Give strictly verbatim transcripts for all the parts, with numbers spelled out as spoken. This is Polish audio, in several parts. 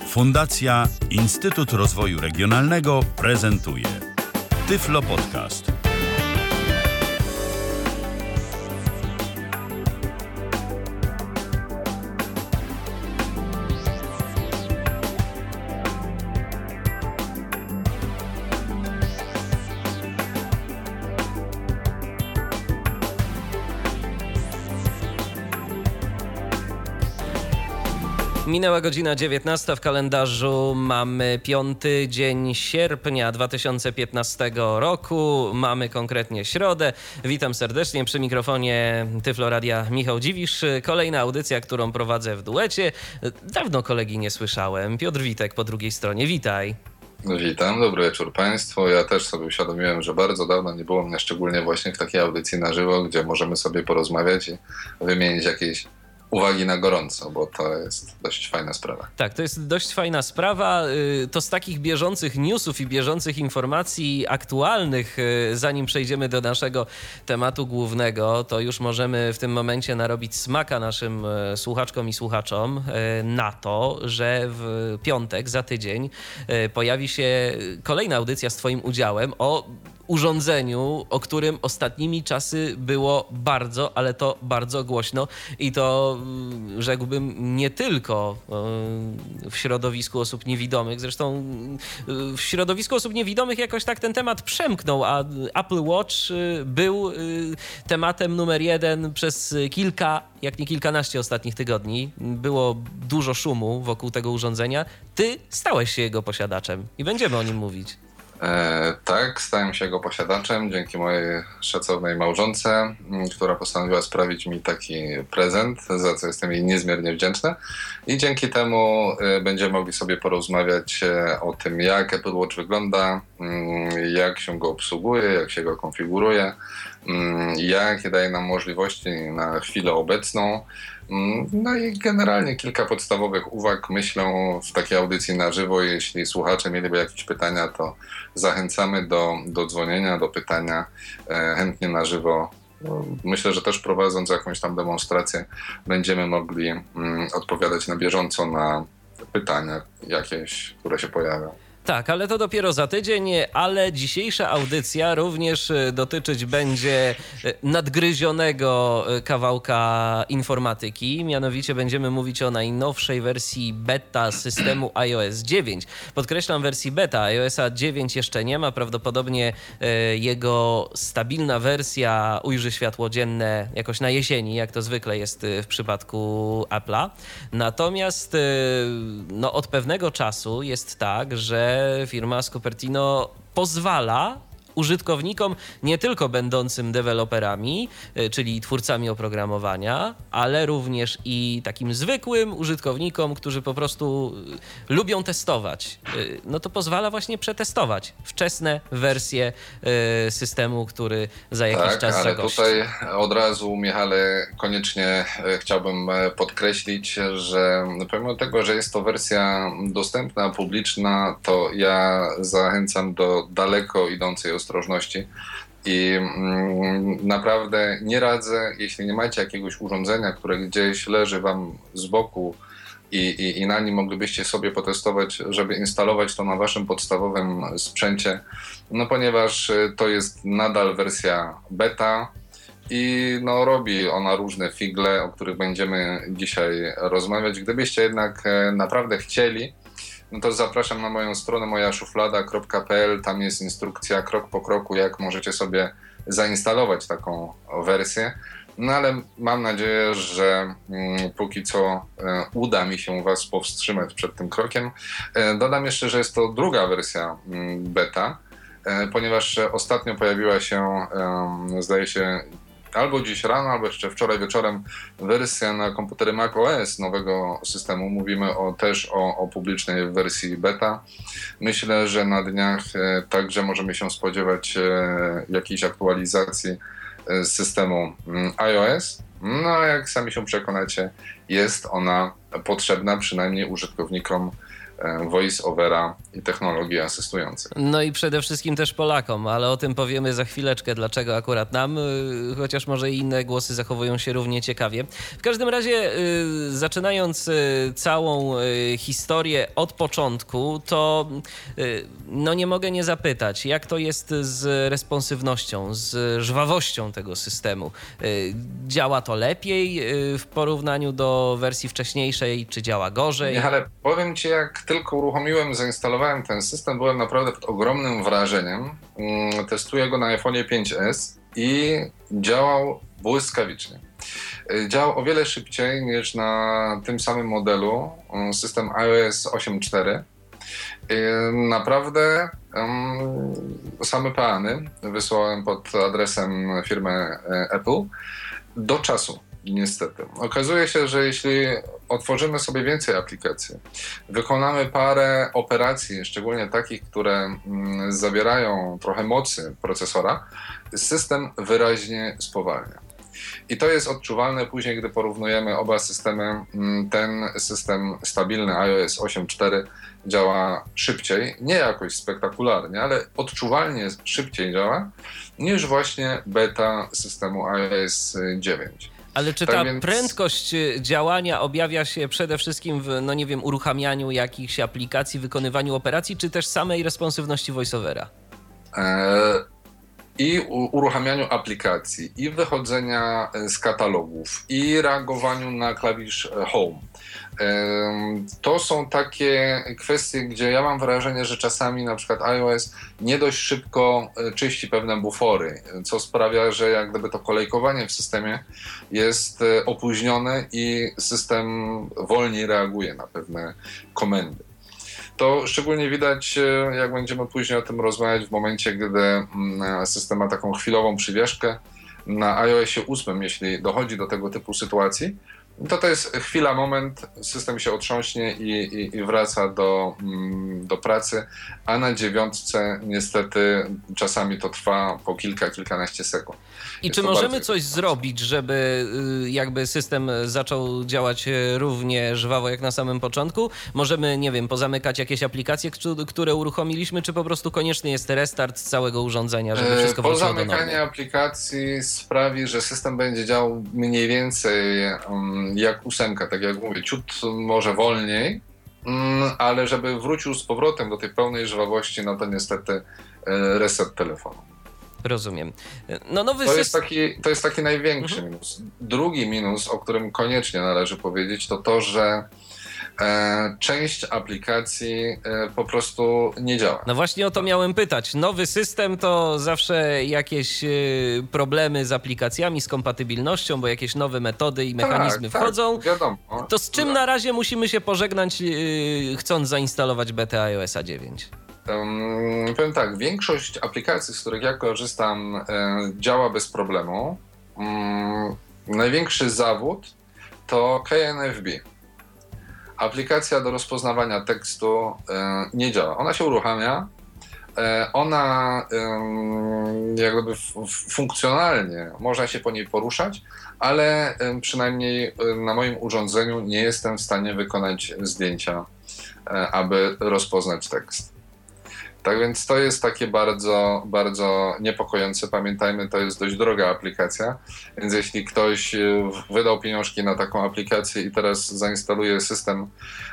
Fundacja Instytut Rozwoju Regionalnego prezentuje Tyflo Podcast. Minęła godzina dziewiętnasta, w kalendarzu mamy piąty dzień sierpnia dwa tysiące piętnastego roku, mamy konkretnie środę. Witam serdecznie, przy mikrofonie Tyflo Radia Michał Dziwisz. Kolejna audycja, którą prowadzę w duecie. Dawno kolegi nie słyszałem. Piotr Witek po drugiej stronie, witaj. Witam, dobry wieczór Państwu. Ja też sobie uświadomiłem, że bardzo dawno nie było mnie, szczególnie właśnie w takiej audycji na żywo, gdzie możemy sobie porozmawiać i wymienić jakieś uwagi na gorąco, bo to jest dość fajna sprawa. Tak, to jest dość fajna sprawa. To z takich bieżących newsów i bieżących informacji aktualnych, zanim przejdziemy do naszego tematu głównego, to już możemy w tym momencie narobić smaka naszym słuchaczkom i słuchaczom na to, że w piątek, za tydzień, pojawi się kolejna audycja z Twoim udziałem o urządzeniu, o którym ostatnimi czasy było bardzo, ale to bardzo głośno i to rzekłbym nie tylko w środowisku osób niewidomych. Zresztą w środowisku osób niewidomych jakoś tak ten temat przemknął, a Apple Watch był tematem numer jeden przez kilka, jak nie kilkanaście ostatnich tygodni. Było dużo szumu wokół tego urządzenia. Ty stałeś się jego posiadaczem i będziemy o nim mówić. E, tak, stałem się jego posiadaczem dzięki mojej szacownej małżonce, która postanowiła sprawić mi taki prezent, za co jestem jej niezmiernie wdzięczny. I dzięki temu e, będziemy mogli sobie porozmawiać e, o tym, jak Apple Watch wygląda, mm, jak się go obsługuje, jak się go konfiguruje, mm, jakie daje nam możliwości na chwilę obecną. No i generalnie kilka podstawowych uwag, myślę, w takiej audycji na żywo. Jeśli słuchacze mieliby jakieś pytania, to zachęcamy do, do dzwonienia, do pytania e, chętnie na żywo. Myślę, że też prowadząc jakąś tam demonstrację będziemy mogli mm, odpowiadać na bieżąco na pytania jakieś, które się pojawią. Tak, ale to dopiero za tydzień, ale dzisiejsza audycja również dotyczyć będzie nadgryzionego kawałka informatyki. Mianowicie będziemy mówić o najnowszej wersji beta systemu iOS dziewięć. Podkreślam, wersji beta, iOS dziewięć jeszcze nie ma. Prawdopodobnie jego stabilna wersja ujrzy światło dzienne jakoś na jesieni, jak to zwykle jest w przypadku Apple'a. Natomiast no, od pewnego czasu jest tak, że firma z Cupertino pozwala użytkownikom nie tylko będącym deweloperami, czyli twórcami oprogramowania, ale również i takim zwykłym użytkownikom, którzy po prostu lubią testować. No to pozwala właśnie przetestować wczesne wersje systemu, który za jakiś tak, czas ale zagości. Tutaj od razu, Michale, koniecznie chciałbym podkreślić, że pomimo tego, że jest to wersja dostępna, publiczna, to ja zachęcam do daleko idącej ostrożności i mm, naprawdę nie radzę, jeśli nie macie jakiegoś urządzenia, które gdzieś leży wam z boku i, i, i na nim moglibyście sobie potestować, żeby instalować to na waszym podstawowym sprzęcie, no ponieważ to jest nadal wersja beta i no, robi ona różne figle, o których będziemy dzisiaj rozmawiać. Gdybyście jednak naprawdę chcieli, no to zapraszam na moją stronę moja szuflada kropka pe el. Tam jest instrukcja krok po kroku, jak możecie sobie zainstalować taką wersję. No ale mam nadzieję, że mm, póki co e, uda mi się was powstrzymać przed tym krokiem. E, dodam jeszcze, że jest to druga wersja mm, beta, e, ponieważ ostatnio pojawiła się, e, zdaje się, albo dziś rano, albo jeszcze wczoraj wieczorem wersja na komputery macOS nowego systemu. Mówimy o, też o, o publicznej wersji beta. Myślę, że na dniach e, także możemy się spodziewać e, jakiejś aktualizacji e, systemu mm, iOS. No a jak sami się przekonacie, jest ona potrzebna przynajmniej użytkownikom voice-overa i technologii asystujących. No i przede wszystkim też Polakom, ale o tym powiemy za chwileczkę, dlaczego akurat nam, chociaż może i inne głosy zachowują się równie ciekawie. W każdym razie, zaczynając całą historię od początku, to no nie mogę nie zapytać, jak to jest z responsywnością, z żwawością tego systemu. Działa to lepiej w porównaniu do wersji wcześniejszej, czy działa gorzej? Nie, ale powiem Ci, jak tylko uruchomiłem, zainstalowałem ten system, byłem naprawdę pod ogromnym wrażeniem. Testuję go na iPhone pięć es i działał błyskawicznie. Działał o wiele szybciej niż na tym samym modelu system iOS osiem cztery. Naprawdę um, same peany wysłałem pod adresem firmy Apple do czasu. Niestety. Okazuje się, że jeśli otworzymy sobie więcej aplikacji, wykonamy parę operacji, szczególnie takich, które mm, zabierają trochę mocy procesora, system wyraźnie spowalnia. I to jest odczuwalne później, gdy porównujemy oba systemy. Ten system stabilny iOS osiem cztery działa szybciej, nie jakoś spektakularnie, ale odczuwalnie szybciej działa niż właśnie beta systemu iOS dziewięć. Ale czy tak ta więc... prędkość działania objawia się przede wszystkim w, no nie wiem, uruchamianiu jakichś aplikacji, wykonywaniu operacji, czy też samej responsywności voiceovera? E- I uruchamianiu aplikacji, i wychodzenia z katalogów, i reagowaniu na klawisz Home. To są takie kwestie, gdzie ja mam wrażenie, że czasami na przykład iOS nie dość szybko czyści pewne bufory, co sprawia, że jak gdyby to kolejkowanie w systemie jest opóźnione i system wolniej reaguje na pewne komendy. To szczególnie widać, jak będziemy później o tym rozmawiać, w momencie, gdy system ma taką chwilową przywieszkę na iOSie ósmym, jeśli dochodzi do tego typu sytuacji, to to jest chwila, moment, system się otrząśnie i, i, i wraca do, do pracy, a na dziewiątce niestety czasami to trwa po kilka, kilkanaście sekund. I jest czy możemy bardzo... coś zrobić, żeby jakby system zaczął działać równie żwawo jak na samym początku? Możemy, nie wiem, pozamykać jakieś aplikacje, które uruchomiliśmy, czy po prostu konieczny jest restart całego urządzenia, żeby wszystko wróciło do normy? Pozamykanie aplikacji sprawi, że system będzie działał mniej więcej um, jak ósemka, tak jak mówię, ciut może wolniej, um, ale żeby wrócił z powrotem do tej pełnej żwawości, no to niestety e, reset telefonu. Rozumiem. No, nowy to, system... jest taki, to jest taki największy mhm. minus. Drugi minus, o którym koniecznie należy powiedzieć, to to, że e, część aplikacji e, po prostu nie działa. No właśnie o to miałem pytać. Nowy system to zawsze jakieś y, problemy z aplikacjami, z kompatybilnością, bo jakieś nowe metody i mechanizmy tak, wchodzą. Tak, wiadomo. To z czym na razie musimy się pożegnać, y, chcąc zainstalować betę iOS dziewięć? Um, powiem tak, większość aplikacji, z których ja korzystam, e, działa bez problemu. Um, największy zawód to K N F B. Aplikacja do rozpoznawania tekstu e, nie działa. Ona się uruchamia, e, ona e, jak gdyby f, funkcjonalnie można się po niej poruszać, ale e, przynajmniej na moim urządzeniu nie jestem w stanie wykonać zdjęcia, e, aby rozpoznać tekst. Tak więc to jest takie bardzo, bardzo niepokojące. Pamiętajmy, to jest dość droga aplikacja, więc jeśli ktoś wydał pieniążki na taką aplikację i teraz zainstaluje system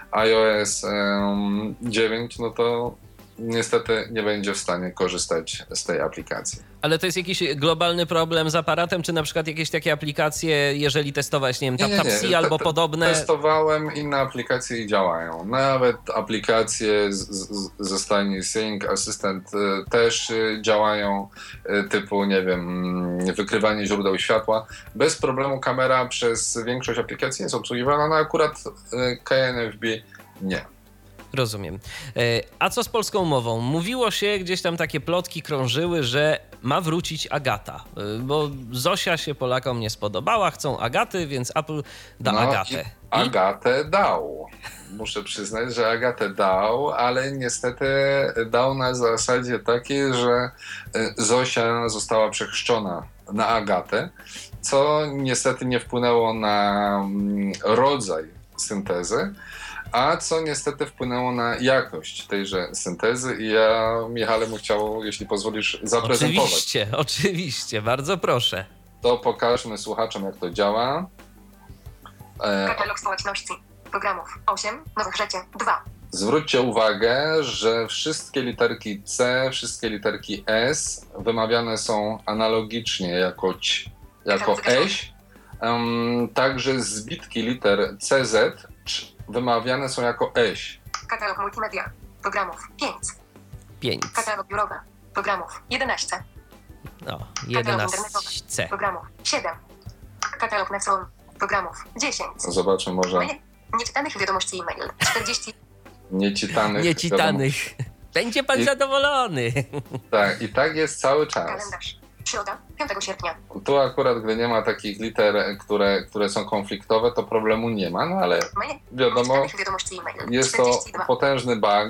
iOS dziewięć, no to niestety nie będzie w stanie korzystać z tej aplikacji. Ale to jest jakiś globalny problem z aparatem, czy na przykład jakieś takie aplikacje, jeżeli testować, nie wiem, nie, nie, nie. Tapsi albo te, podobne? Testowałem, inne aplikacje i działają. Nawet aplikacje z, z, ze stajni Sync Assistant też działają, typu, nie wiem, wykrywanie źródeł światła. Bez problemu kamera przez większość aplikacji jest obsługiwana, no akurat K N F B nie. Rozumiem. A co z polską mową? Mówiło się, gdzieś tam takie plotki krążyły, że ma wrócić Agata, bo Zosia się Polakom nie spodobała, chcą Agaty, więc Apple da no Agatę. I Agatę dał. Muszę przyznać, że Agatę dał, ale niestety dał na zasadzie takiej, że Zosia została przechrzczona na Agatę, co niestety nie wpłynęło na rodzaj syntezy, a co niestety wpłynęło na jakość tejże syntezy i ja, Michale, bym chciał, jeśli pozwolisz, zaprezentować. Oczywiście, oczywiście, bardzo proszę. To pokażmy słuchaczom, jak to działa. E, Katalog społeczności. Programów osiem, nowych rzeczy dwa. Zwróćcie uwagę, że wszystkie literki C, wszystkie literki S wymawiane są analogicznie jako ć, jako eś. Um, także zbitki liter C Z cz, wymawiane są jako eś. Katalog multimedia. Programów pięć. pięć. Katalog biurowy. Programów jedenaście. No, jedenaście C. Programów siedem. Katalog Nexon. Programów dziesięć. Zobaczmy może Nieczytanych wiadomości e-mail czterdzieści. nieczitanych. Nieczitanych. Będzie pan I- zadowolony. Tak, i tak jest cały czas. Kalendarz. Środa, piątego sierpnia. Tu akurat, gdy nie ma takich liter, które, które są konfliktowe, to problemu nie ma, no ale Mail. wiadomo, Nieczytanych wiadomości e-mail jest to czterdzieści dwa. potężny bug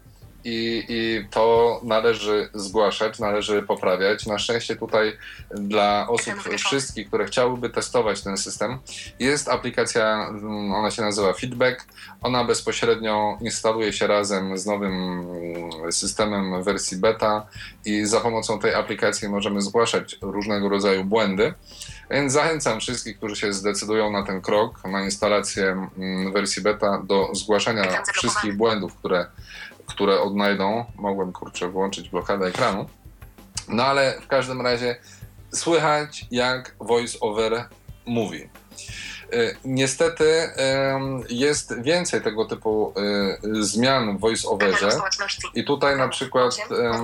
i, i to należy zgłaszać, należy poprawiać. Na szczęście tutaj dla osób wszystkich, które chciałyby testować ten system, jest aplikacja, mm, ona się nazywa Feedback. Ona bezpośrednio instaluje się razem z nowym mm, systemem wersji beta i za pomocą tej aplikacji możemy zgłaszać różnego rodzaju błędy. Więc zachęcam wszystkich, którzy się zdecydują na ten krok, na instalację mm, wersji beta, do zgłaszania wszystkich błędów, które które odnajdą. Mogłem, kurczę, włączyć blokadę ekranu. No ale w każdym razie słychać, jak VoiceOver mówi. Y, Niestety y, jest więcej tego typu y, zmian w VoiceOverze i tutaj na przykład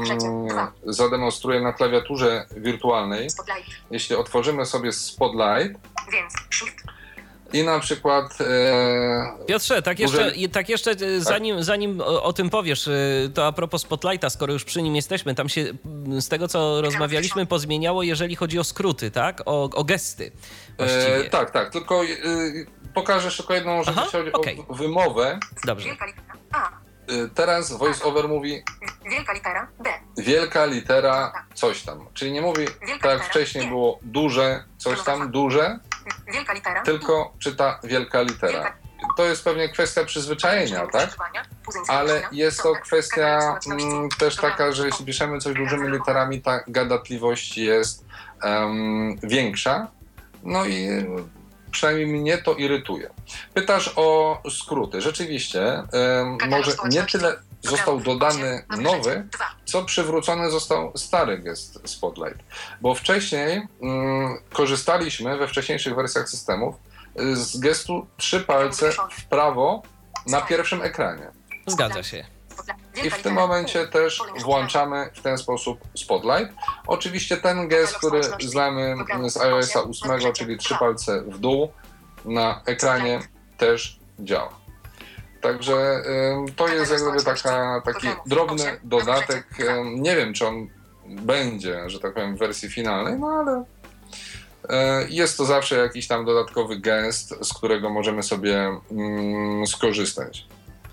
y, zademonstruję na klawiaturze wirtualnej. Spotlight. Jeśli otworzymy sobie Spotlight Więc shift. i na przykład e, Piotrze, tak jeszcze, tak jeszcze e, zanim, zanim o, o tym powiesz, e, to a propos Spotlighta, skoro już przy nim jesteśmy, tam się m, z tego, co rozmawialiśmy, pozmieniało, jeżeli chodzi o skróty, tak? O, o gesty właściwie. E, tak, tak, tylko e, pokażę tylko jedną rzecz, Aha, jeśli chodzi okej. o wymowę. Dobrze. Wielka litera A. E, teraz VoiceOver mówi Wielka litera B. wielka litera coś tam, czyli nie mówi Wielka tak jak litera wcześniej Nie. było duże coś tam, duże, Wielka litera tylko czyta wielka litera. To jest pewnie kwestia przyzwyczajenia, tak? Ale jest to kwestia mm, też taka, że jeśli piszemy coś dużymi literami, ta gadatliwość jest um, większa. No i przynajmniej mnie to irytuje. Pytasz o skróty. Rzeczywiście, um, może nie tyle został dodany nowy, co przywrócony został stary gest Spotlight. Bo wcześniej um, korzystaliśmy we wcześniejszych wersjach systemów z gestu trzy palce w prawo na pierwszym ekranie. Zgadza się. I w tym momencie też włączamy w ten sposób Spotlight. Oczywiście ten gest, który znamy z iOS osiem, czyli trzy palce w dół na ekranie, też działa. Także y, to jest jak gdyby taka, taki drobny dodatek. Y, nie wiem, czy on będzie, że tak powiem, w wersji finalnej, no ale y, jest to zawsze jakiś tam dodatkowy gest, z którego możemy sobie y, skorzystać.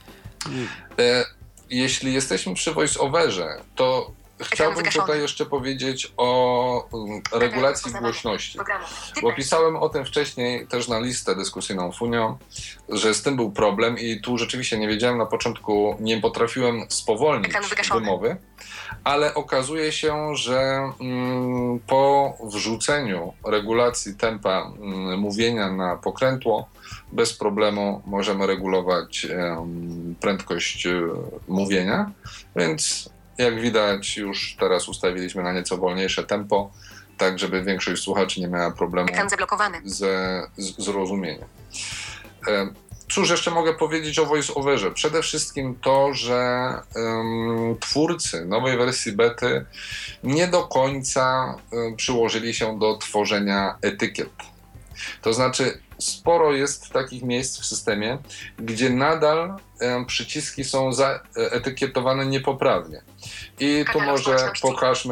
Y, Jeśli jesteśmy przy VoiceOverze, to chciałbym tutaj jeszcze powiedzieć o regulacji głośności, bo pisałem o tym wcześniej też na listę dyskusyjną Funio, że z tym był problem i tu rzeczywiście nie wiedziałem na początku, nie potrafiłem spowolnić wymowy, ale okazuje się, że mm, po wrzuceniu regulacji tempa mm, mówienia na pokrętło bez problemu możemy regulować um, prędkość um, mówienia, więc jak widać już teraz ustawiliśmy na nieco wolniejsze tempo, tak żeby większość słuchaczy nie miała problemu ze z, zrozumieniem. E, cóż jeszcze mogę powiedzieć o VoiceOverze? Przede wszystkim to, że um, twórcy nowej wersji bety nie do końca um, przyłożyli się do tworzenia etykiet. To znaczy sporo jest takich miejsc w systemie, gdzie nadal um, przyciski są zaetykietowane niepoprawnie. I tu może pokażmy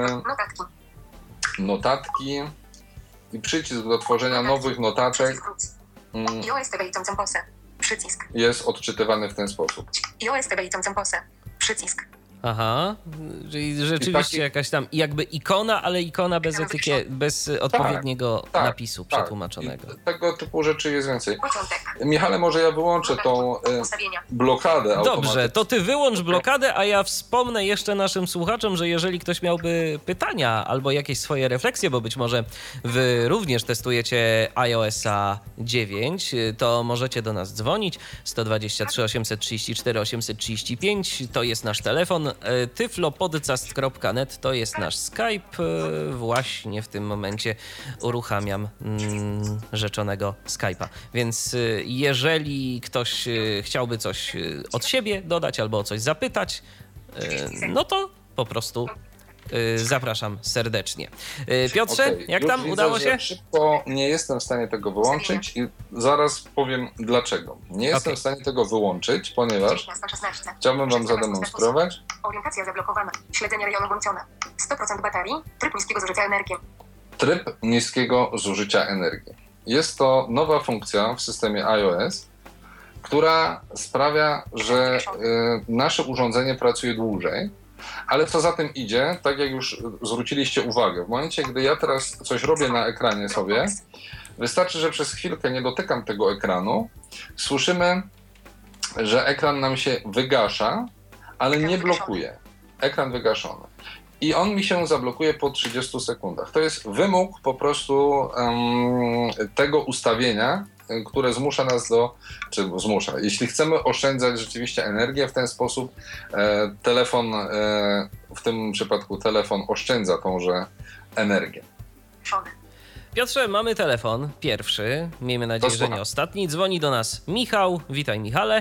notatki i przycisk do tworzenia nowych notatek um, Przycisk. jest odczytywany w ten sposób. iOS T B i Przycisk. Aha, czyli rzeczywiście taki... jakaś tam jakby ikona, ale ikona bez etykie, bez odpowiedniego tak, napisu tak, przetłumaczonego. I tego typu rzeczy jest więcej. Michale, może ja wyłączę tą e, blokadę. Dobrze, to ty wyłącz blokadę, a ja wspomnę jeszcze naszym słuchaczom, że jeżeli ktoś miałby pytania albo jakieś swoje refleksje, bo być może wy również testujecie iOS-a dziewięć, to możecie do nas dzwonić. sto dwadzieścia trzy osiemset trzydzieści cztery osiemset trzydzieści pięć to jest nasz telefon. tyflopodcast kropka net to jest nasz Skype. Właśnie w tym momencie uruchamiam mm, rzeczonego Skype'a. Więc jeżeli ktoś chciałby coś od siebie dodać albo o coś zapytać, no to po prostu zapraszam serdecznie. Piotrze, okay. jak Już tam widzę, udało się? Szybko nie jestem w stanie tego wyłączyć i zaraz powiem dlaczego. Nie jestem okay. w stanie tego wyłączyć, ponieważ chciałbym wam zademonstrować. Orientacja zablokowana. Śledzenie rejonu włączone. sto procent baterii. Tryb niskiego zużycia energii. Tryb niskiego zużycia energii. Jest to nowa funkcja w systemie iOS, która sprawia, że y, nasze urządzenie pracuje dłużej. Ale co za tym idzie, tak jak już zwróciliście uwagę, w momencie, gdy ja teraz coś robię na ekranie sobie, wystarczy, że przez chwilkę nie dotykam tego ekranu, słyszymy, że ekran nam się wygasza, ale nie blokuje. Ekran wygaszony. I on mi się zablokuje po trzydziestu sekundach. To jest wymóg po prostu um, tego ustawienia, które zmusza nas do, czy zmusza, jeśli chcemy oszczędzać rzeczywiście energię w ten sposób, e, telefon, e, w tym przypadku telefon oszczędza tąże energię. Piotrze, mamy telefon pierwszy, miejmy nadzieję, że nie ostatni. Dzwoni do nas Michał. Witaj, Michale.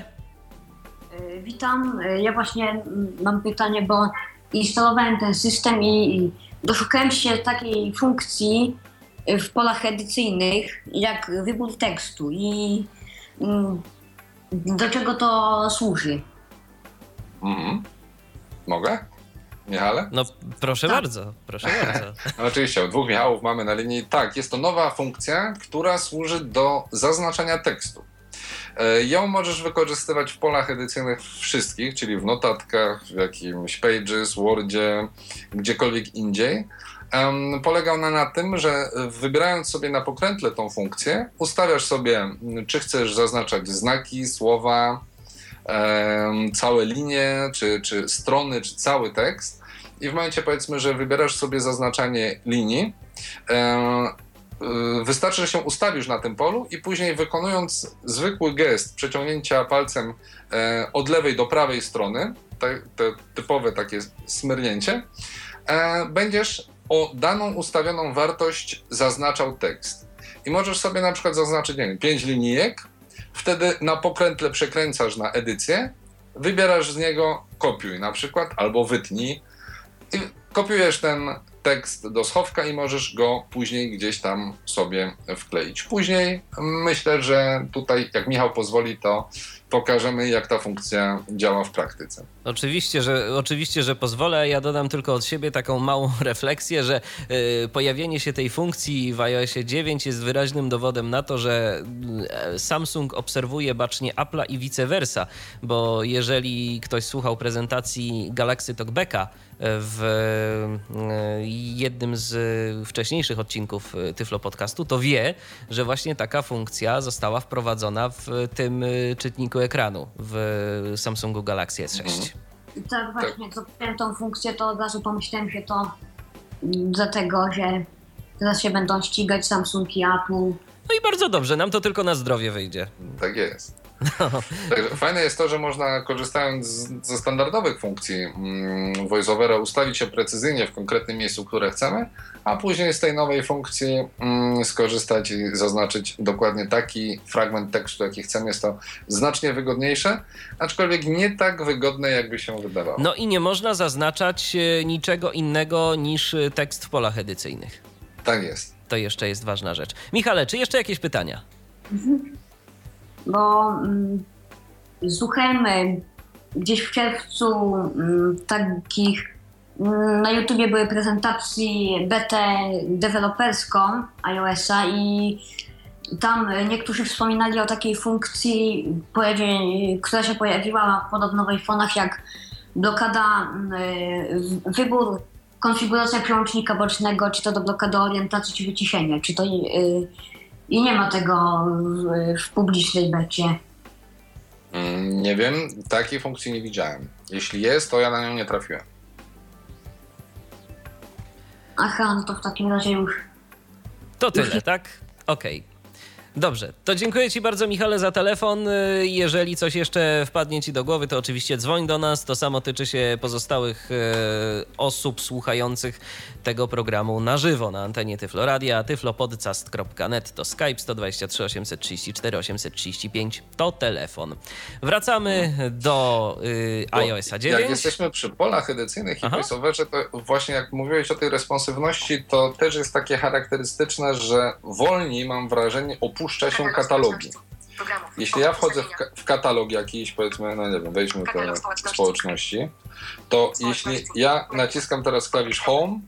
Witam. Ja właśnie mam pytanie, bo instalowałem ten system i doszukałem się takiej funkcji w polach edycyjnych, jak wybór tekstu i mm, do czego to służy? Mm-hmm. Mogę? Michale? No proszę tak. bardzo, proszę bardzo. No, oczywiście, dwóch Michałów mamy na linii. Tak, jest to nowa funkcja, która służy do zaznaczania tekstu. Ją możesz wykorzystywać w polach edycyjnych wszystkich, czyli w notatkach, w jakimś Pages, Wordzie, gdziekolwiek indziej. Um, polega ona na tym, że wybierając sobie na pokrętle tą funkcję, ustawiasz sobie, czy chcesz zaznaczać znaki, słowa, um, całe linie, czy, czy strony, czy cały tekst. I w momencie, powiedzmy, że wybierasz sobie zaznaczanie linii, um, wystarczy, że się ustawisz na tym polu i później wykonując zwykły gest przeciągnięcia palcem e, od lewej do prawej strony, te, te typowe takie smyrnięcie, e, będziesz o daną ustawioną wartość zaznaczał tekst. I możesz sobie na przykład zaznaczyć, nie wiem, pięć linijek, wtedy na pokrętle przekręcasz na edycję, wybierasz z niego kopiuj na przykład, albo wytnij i kopiujesz ten tekst do schowka i możesz go później gdzieś tam sobie wkleić. Później myślę, że tutaj, jak Michał pozwoli, to pokażemy, jak ta funkcja działa w praktyce. Oczywiście, że, oczywiście, że pozwolę. Ja dodam tylko od siebie taką małą refleksję, że y, pojawienie się tej funkcji w iOSie dziewięć jest wyraźnym dowodem na to, że Samsung obserwuje bacznie Apple'a i vice versa, bo jeżeli ktoś słuchał prezentacji Galaxy Talkbacka w y, jednym z wcześniejszych odcinków Tyflo Podcastu, to wie, że właśnie taka funkcja została wprowadzona w tym czytniku ekranu w Samsungu Galaxy S sześć. I tak właśnie, co powiem tą funkcję, to od razu pomyślałem się to dlatego, że teraz się będą ścigać Samsung i Apple. No i bardzo dobrze, nam to tylko na zdrowie wyjdzie. Tak jest. No. Także fajne jest to, że można, korzystając z, ze standardowych funkcji mm, VoiceOvera, ustawić się precyzyjnie w konkretnym miejscu, które chcemy, a później z tej nowej funkcji mm, skorzystać i zaznaczyć dokładnie taki fragment tekstu, jaki chcemy. Jest to znacznie wygodniejsze, aczkolwiek nie tak wygodne, jakby się wydawało. No i nie można zaznaczać niczego innego niż tekst w polach edycyjnych. Tak jest. To jeszcze jest ważna rzecz. Michale, czy jeszcze jakieś pytania? Mhm. Bo mm, słuchałem gdzieś w czerwcu mm, takich, mm, na YouTubie były prezentacje betę deweloperską iOS-a i tam niektórzy wspominali o takiej funkcji, pojawi, która się pojawiła podobno w iPhone'ach, jak blokada, y, wybór, konfiguracja przełącznika bocznego, czy to do blokady orientacji, czy wyciszenia, czy to y, i nie ma tego w, w publicznej becie. Mm, Nie wiem, takiej funkcji nie widziałem. Jeśli jest, to ja na nią nie trafiłem. Aha, no to w takim razie już. To tyle, tak? Okej. Dobrze, to dziękuję Ci bardzo, Michale, za telefon. Y, Jeżeli coś jeszcze wpadnie Ci do głowy, to oczywiście dzwoń do nas. To samo tyczy się pozostałych y, osób słuchających tego programu na żywo na antenie Tyflo Radia. tyflopodcast kropka net to Skype, sto dwadzieścia trzy osiemset trzydzieści cztery osiemset trzydzieści pięć to telefon. Wracamy do y, Bo iOS dziewięć. Jak jesteśmy przy polach edycyjnych i Aha. voiceoverze, to właśnie jak mówiłeś o tej responsywności, to też jest takie charakterystyczne, że wolniej, mam wrażenie, opuszcza się katalogi. Programów. Jeśli ja wchodzę w, ka- w katalog jakiś, powiedzmy, no nie wiem, wejdźmy do Katalog społeczności. społeczności, to jeśli ja naciskam teraz klawisz Home,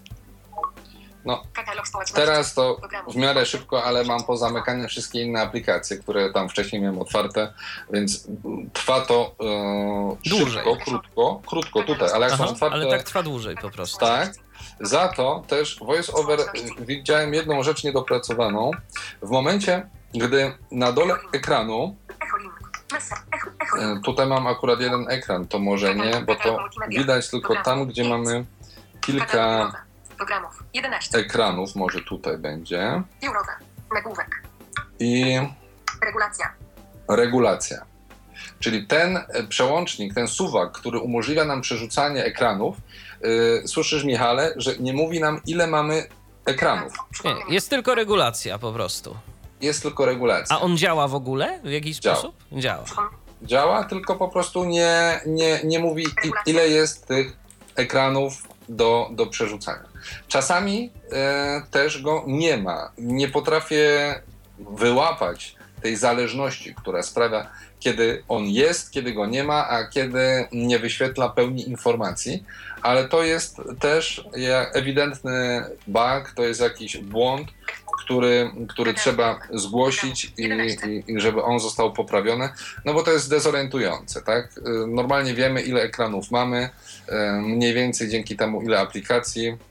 no Katalog społeczności. teraz to Programów. w miarę szybko, ale mam pozamykane wszystkie inne aplikacje, które tam wcześniej miałem otwarte, więc trwa to e, Dłużej. szybko, krótko, krótko tutaj, ale jak Aha, są otwarte, ale tak trwa dłużej po prostu. tak. Za to też VoiceOver y, widziałem jedną rzecz niedopracowaną. W momencie, gdy na dole ekranu, Echo link. Mesa. Echo. Echo y, link. tutaj mam akurat jeden ekran, to może nie, bo to widać tylko tam, gdzie mamy kilka Katalog programów. jedenaście. ekranów, może tutaj będzie, Biurowe. Nagłówek. i Regulacja. regulacja. Czyli ten e, przełącznik, ten suwak, który umożliwia nam przerzucanie ekranów, y, słyszysz, Michale, że nie mówi nam, ile mamy ekranów. Nie, jest tylko regulacja po prostu. Jest tylko regulacja. A on działa w ogóle w jakiś Działa. sposób? Działa. Działa, tylko po prostu nie, nie, nie mówi, i- ile jest tych ekranów do, do przerzucania. Czasami e, też go nie ma. Nie potrafię wyłapać tej zależności, która sprawia, kiedy on jest, kiedy go nie ma, a kiedy nie wyświetla pełni informacji, ale to jest też ja- ewidentny bug, to jest jakiś błąd, który, który trzeba zgłosić i, i, i żeby on został poprawiony, no bo to jest dezorientujące, tak? Y, Normalnie wiemy, ile ekranów mamy, y, mniej więcej dzięki temu, ile aplikacji, y,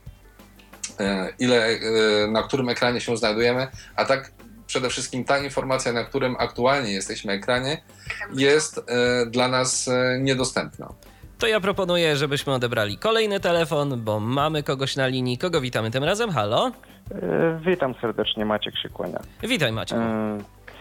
ile, y, na którym ekranie się znajdujemy, a tak przede wszystkim ta informacja, na którym aktualnie jesteśmy ekranie, jest y, dla nas y, niedostępna. To ja proponuję, żebyśmy odebrali kolejny telefon, bo mamy kogoś na linii. Kogo witamy tym razem? Halo? E, Witam serdecznie, Maciek się kłania. Witaj, Maciek. E, e,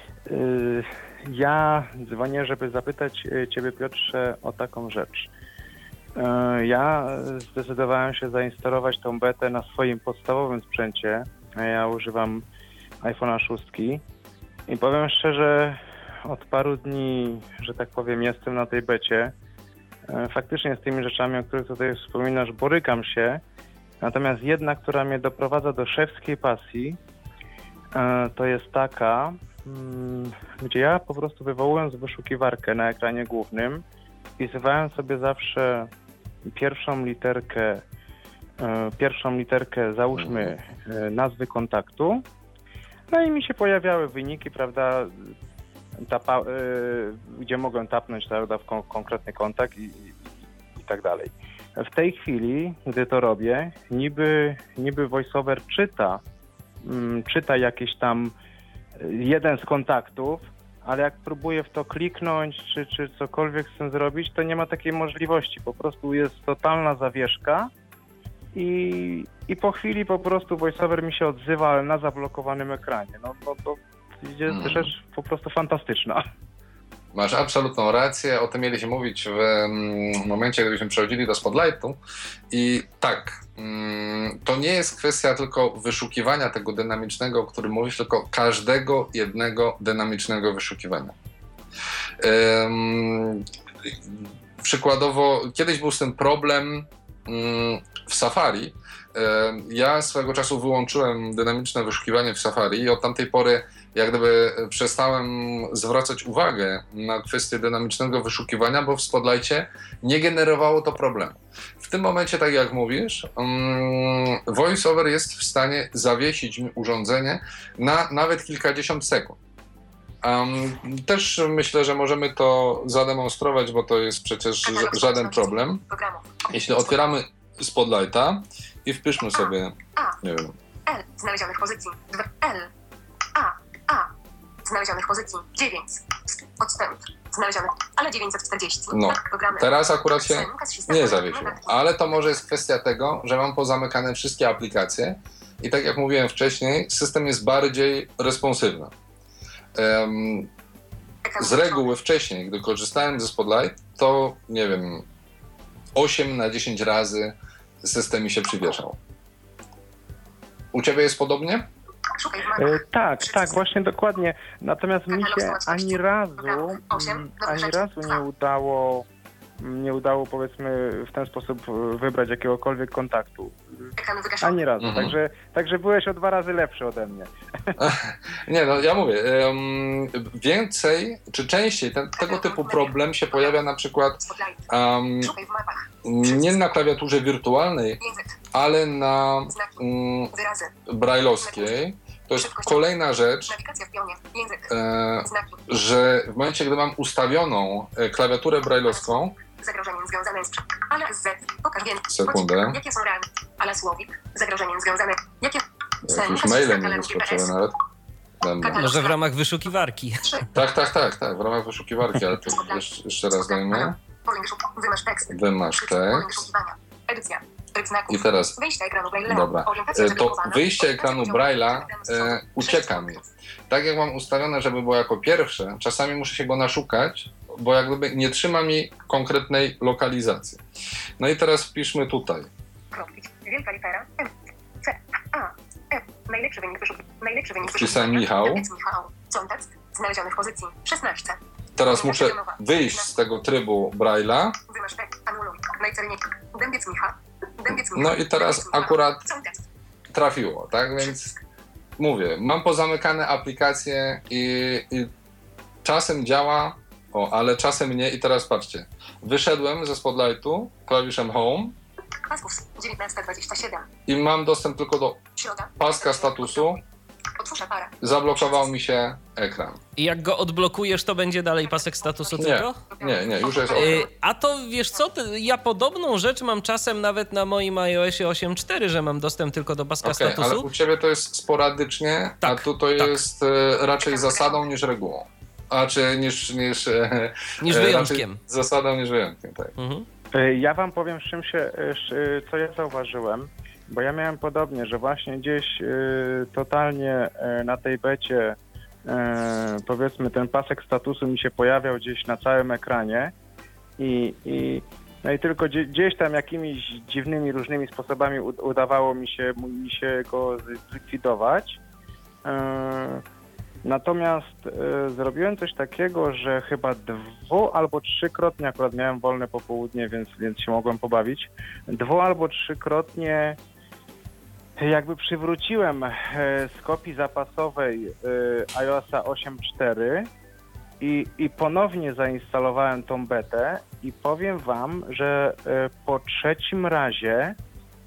Ja dzwonię, żeby zapytać e, Ciebie, Piotrze, o taką rzecz. E, Ja zdecydowałem się zainstalować tą betę na swoim podstawowym sprzęcie. Ja używam iPhone'a szóstki i powiem szczerze, od paru dni, że tak powiem, jestem na tej becie. E, Faktycznie z tymi rzeczami, o których tutaj wspominasz, borykam się. Natomiast jedna, która mnie doprowadza do szewskiej pasji, e, to jest taka, mm, gdzie ja po prostu wywołując wyszukiwarkę na ekranie głównym, wpisywałem sobie zawsze pierwszą literkę, e, pierwszą literkę, załóżmy, e, nazwy kontaktu, no i mi się pojawiały wyniki, prawda, tapa, e, gdzie mogłem tapnąć, prawda, w kon- konkretny kontakt i, i, i tak dalej. W tej chwili, gdy to robię, niby, niby VoiceOver czyta, mm, czyta jakieś tam y, jeden z kontaktów, ale jak próbuję w to kliknąć, czy, czy cokolwiek z tym zrobić, to nie ma takiej możliwości. Po prostu jest totalna zawieszka i, i po chwili po prostu VoiceOver mi się odzywa, ale na zablokowanym ekranie. No, no to jest Mm. rzecz po prostu fantastyczna. Masz absolutną rację, o tym mieliśmy mówić w mm, momencie, gdybyśmy przechodzili do Spotlightu i tak, mm, to nie jest kwestia tylko wyszukiwania tego dynamicznego, o którym mówisz, tylko każdego jednego dynamicznego wyszukiwania. Ym, przykładowo, kiedyś był z tym problem ym, w Safari. Ym, ja swego czasu wyłączyłem dynamiczne wyszukiwanie w Safari i od tamtej pory jak gdyby przestałem zwracać uwagę na kwestię dynamicznego wyszukiwania, bo w Spotlightie nie generowało to problemu. W tym momencie, tak jak mówisz, um, VoiceOver jest w stanie zawiesić mi urządzenie na nawet kilkadziesiąt sekund. Um, też myślę, że możemy to zademonstrować, bo to jest przecież ż- żaden problem. Jeśli otwieramy Spotlighta i wpiszmy sobie, nie wiem, L znalezionych pozycji dwa, L A A znalezionych pozycji dziewięć odstęp znalezionych, ale dziewięćset czterdzieści. no, Tak, programy. teraz akurat się System, nie zawiesiło, ale to może jest kwestia tego, że mam pozamykane wszystkie aplikacje i tak jak mówiłem wcześniej, system jest bardziej responsywny. Um, z reguły wcześniej, gdy korzystałem ze Spotlight, to nie wiem, osiem na dziesięć razy system mi się przywieszał. U Ciebie jest podobnie? Szukaj w E, mapach. tak, Przycisk. tak, właśnie dokładnie. Natomiast mi Katalog się społeczności. ani razu, Programy. Osiem. mm, Nowe ani rzeczy. razu Dwa. nie udało, nie udało powiedzmy w ten sposób e, wybrać jakiegokolwiek kontaktu. Ekran wygaszony. Ani razu. Mhm. Także, także byłeś o dwa razy lepszy ode mnie. Nie, no ja mówię, um, więcej czy częściej ten, tego typu problem się pojawia na przykład Spotlight. um, Szukaj w mapach. nie na klawiaturze wirtualnej, Język. ale na Znaki. um, Wyrazy. brajlowskiej. To jest kolejna rzecz, Nawigacja w pionie. Język. e, Znaki. że w momencie, gdy mam ustawioną e, klawiaturę brajlowską, Zagrożeniem związanym z... Ale Z. Pokaż więcej. Sekundę. Jakie są realne? Ale słowik. Zagrożeniem związane. Jakie... jakieś maile mi wyskoczyły nawet. Dobra. Może w ramach wyszukiwarki. Tak, tak, tak, tak, w ramach wyszukiwarki, ale to jeszcze, jeszcze raz dajmy. Pole wyszuk- Wymasz tekst. Wymasz Pole tekst. wyszukiwania. Edycja. Tryb znaków. I teraz, Wyjście ekranu Braille'a. dobra, Orientacja e, to zareagowana. wyjście ekranu Braille'a e, Sześć ucieka mi. punktów. Tak jak mam ustawione, żeby było jako pierwsze, czasami muszę się go naszukać, bo jak gdyby nie trzyma mi konkretnej lokalizacji. No i teraz wpiszmy tutaj. Kropki. Wielka litera. M. C. A. E. Najlepszy wynik wyszukiwania. Najlepszy wynik Wpisałem wyszukiwania. Michał. Dębiec Michał. Contekst. Znalezionych pozycji. szesnaście. Teraz muszę wyjść z tego trybu Braille'a. Wymasz tekst. Anuluj. Najcelniej. Dębiec Michał. Dębiec Michał. No i teraz Dębiec Michał. akurat Contekst. trafiło, tak? Więc mówię, mam pozamykane aplikacje i, i czasem działa, o, ale czasem nie. I teraz patrzcie, wyszedłem ze Spotlightu klawiszem Home Pasków. dziewiętnaście dwadzieścia siedem. i mam dostęp tylko do Środa. paska statusu. Otwórz aparat. Zablokował mi się ekran. I jak go odblokujesz, to będzie dalej pasek statusu Nie, tylko? nie, nie, już jest Y, okej. A to wiesz co, ty- ja podobną rzecz mam czasem nawet na moim iOSie osiem kropka cztery, że mam dostęp tylko do paska Okej, ale statusu. u Ciebie to jest sporadycznie, a Tak, tu to tak. jest e, raczej zasadą niż regułą. A czy niż, niż, e, Niż e, wyjątkiem. raczej zasadą niż wyjątkiem, tak. Mhm. E, Ja wam powiem, z czym się, e, sz- e, co ja zauważyłem, bo ja miałem podobnie, że właśnie gdzieś e, totalnie e, na tej becie e, powiedzmy ten pasek statusu mi się pojawiał gdzieś na całym ekranie i, i no i tylko gdzie, gdzieś tam jakimiś dziwnymi, różnymi sposobami u- udawało mi się, mi się go zlikwidować. E, Natomiast e, zrobiłem coś takiego, że chyba dwu albo trzykrotnie, akurat miałem wolne popołudnie, więc, więc się mogłem pobawić, dwu albo trzykrotnie jakby przywróciłem e, z kopii zapasowej e, iOSa osiem kropka cztery i, i ponownie zainstalowałem tą betę i powiem wam, że e, po trzecim razie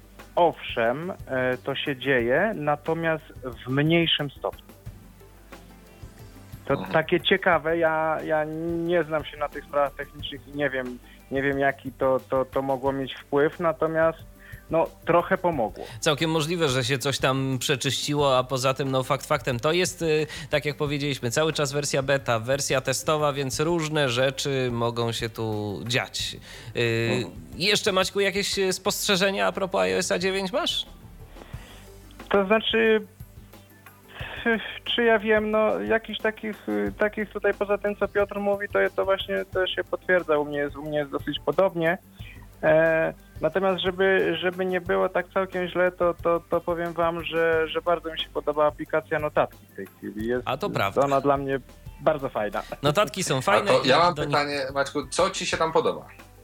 owszem, e, to się dzieje, natomiast w mniejszym stopniu. To Mhm. takie ciekawe, ja, ja nie znam się na tych sprawach technicznych i nie wiem, nie wiem jaki to, to, to mogło mieć wpływ, natomiast no trochę pomogło. Całkiem możliwe, że się coś tam przeczyściło, a poza tym, no fakt faktem, to jest, y, tak jak powiedzieliśmy, cały czas wersja beta, wersja testowa, więc różne rzeczy mogą się tu dziać. Y, Mhm. Jeszcze, Maćku, jakieś y, spostrzeżenia a propos iOSa dziewięć masz? To znaczy, czy ja wiem, no jakichś takich, takich tutaj poza tym, co Piotr mówi, to, to właśnie to się potwierdza, u mnie jest, u mnie jest dosyć podobnie. E, natomiast żeby, żeby nie było tak całkiem źle, to, to, to powiem wam, że, że bardzo mi się podoba aplikacja notatki w tej chwili. Jest A to prawda. ona dla mnie bardzo fajna. Notatki są A fajne. to ja i mam do nich- pytanie, Maćku, co Ci się tam podoba?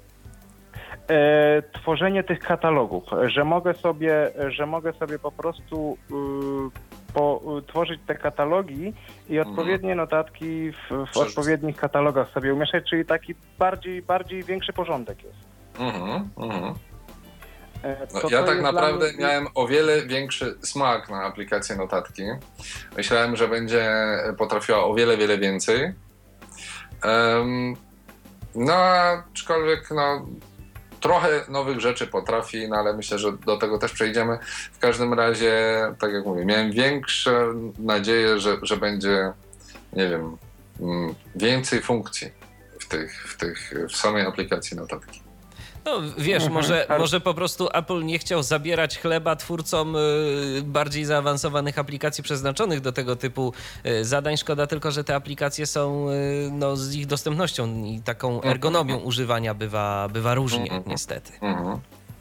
E, tworzenie tych katalogów, że mogę sobie, że mogę sobie po prostu y, po, y, tworzyć te katalogi i odpowiednie notatki w, w Przerzuc- odpowiednich katalogach sobie umieszczać, czyli taki bardziej, bardziej większy porządek jest. Mhm, mhm. E, No, to ja to tak jest naprawdę dla mnie... miałem o wiele większy smak na aplikację Notatki. Myślałem, że będzie potrafiła o wiele, wiele więcej. Um, no, aczkolwiek no, trochę nowych rzeczy potrafi, no ale myślę, że do tego też przejdziemy. W każdym razie, tak jak mówię, miałem większe nadzieję, że, że będzie, nie wiem, więcej funkcji w, tych, w, tych, w samej aplikacji Notatki. No wiesz, Mhm. może, Ale- może po prostu Apple nie chciał zabierać chleba twórcom y, bardziej zaawansowanych aplikacji przeznaczonych do tego typu y, zadań. Szkoda tylko, że te aplikacje są y, no, z ich dostępnością i taką ergonomią używania bywa, bywa różnie, Mhm. niestety. Mhm.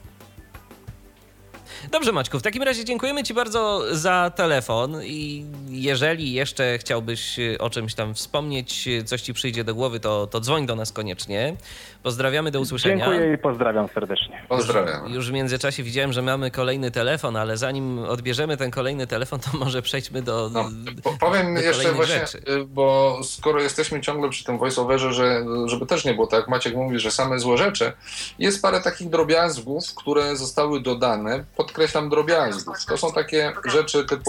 Dobrze, Maćku, w takim razie dziękujemy Ci bardzo za telefon i jeżeli jeszcze chciałbyś o czymś tam wspomnieć, coś Ci przyjdzie do głowy, to, to dzwoń do nas koniecznie. Pozdrawiamy, do usłyszenia. Dziękuję i pozdrawiam serdecznie. Pozdrawiam. Już w międzyczasie widziałem, że mamy kolejny telefon, ale zanim odbierzemy ten kolejny telefon, to może przejdźmy do, No, po, powiem do jeszcze kolejnych właśnie, rzeczy. y, bo skoro jesteśmy ciągle przy tym voice-overze, że, żeby też nie było tak, jak Maciek mówi, że same złe rzeczy, jest parę takich drobiazgów, które zostały dodane, podkreślam drobiazgów. To są takie rzeczy typu,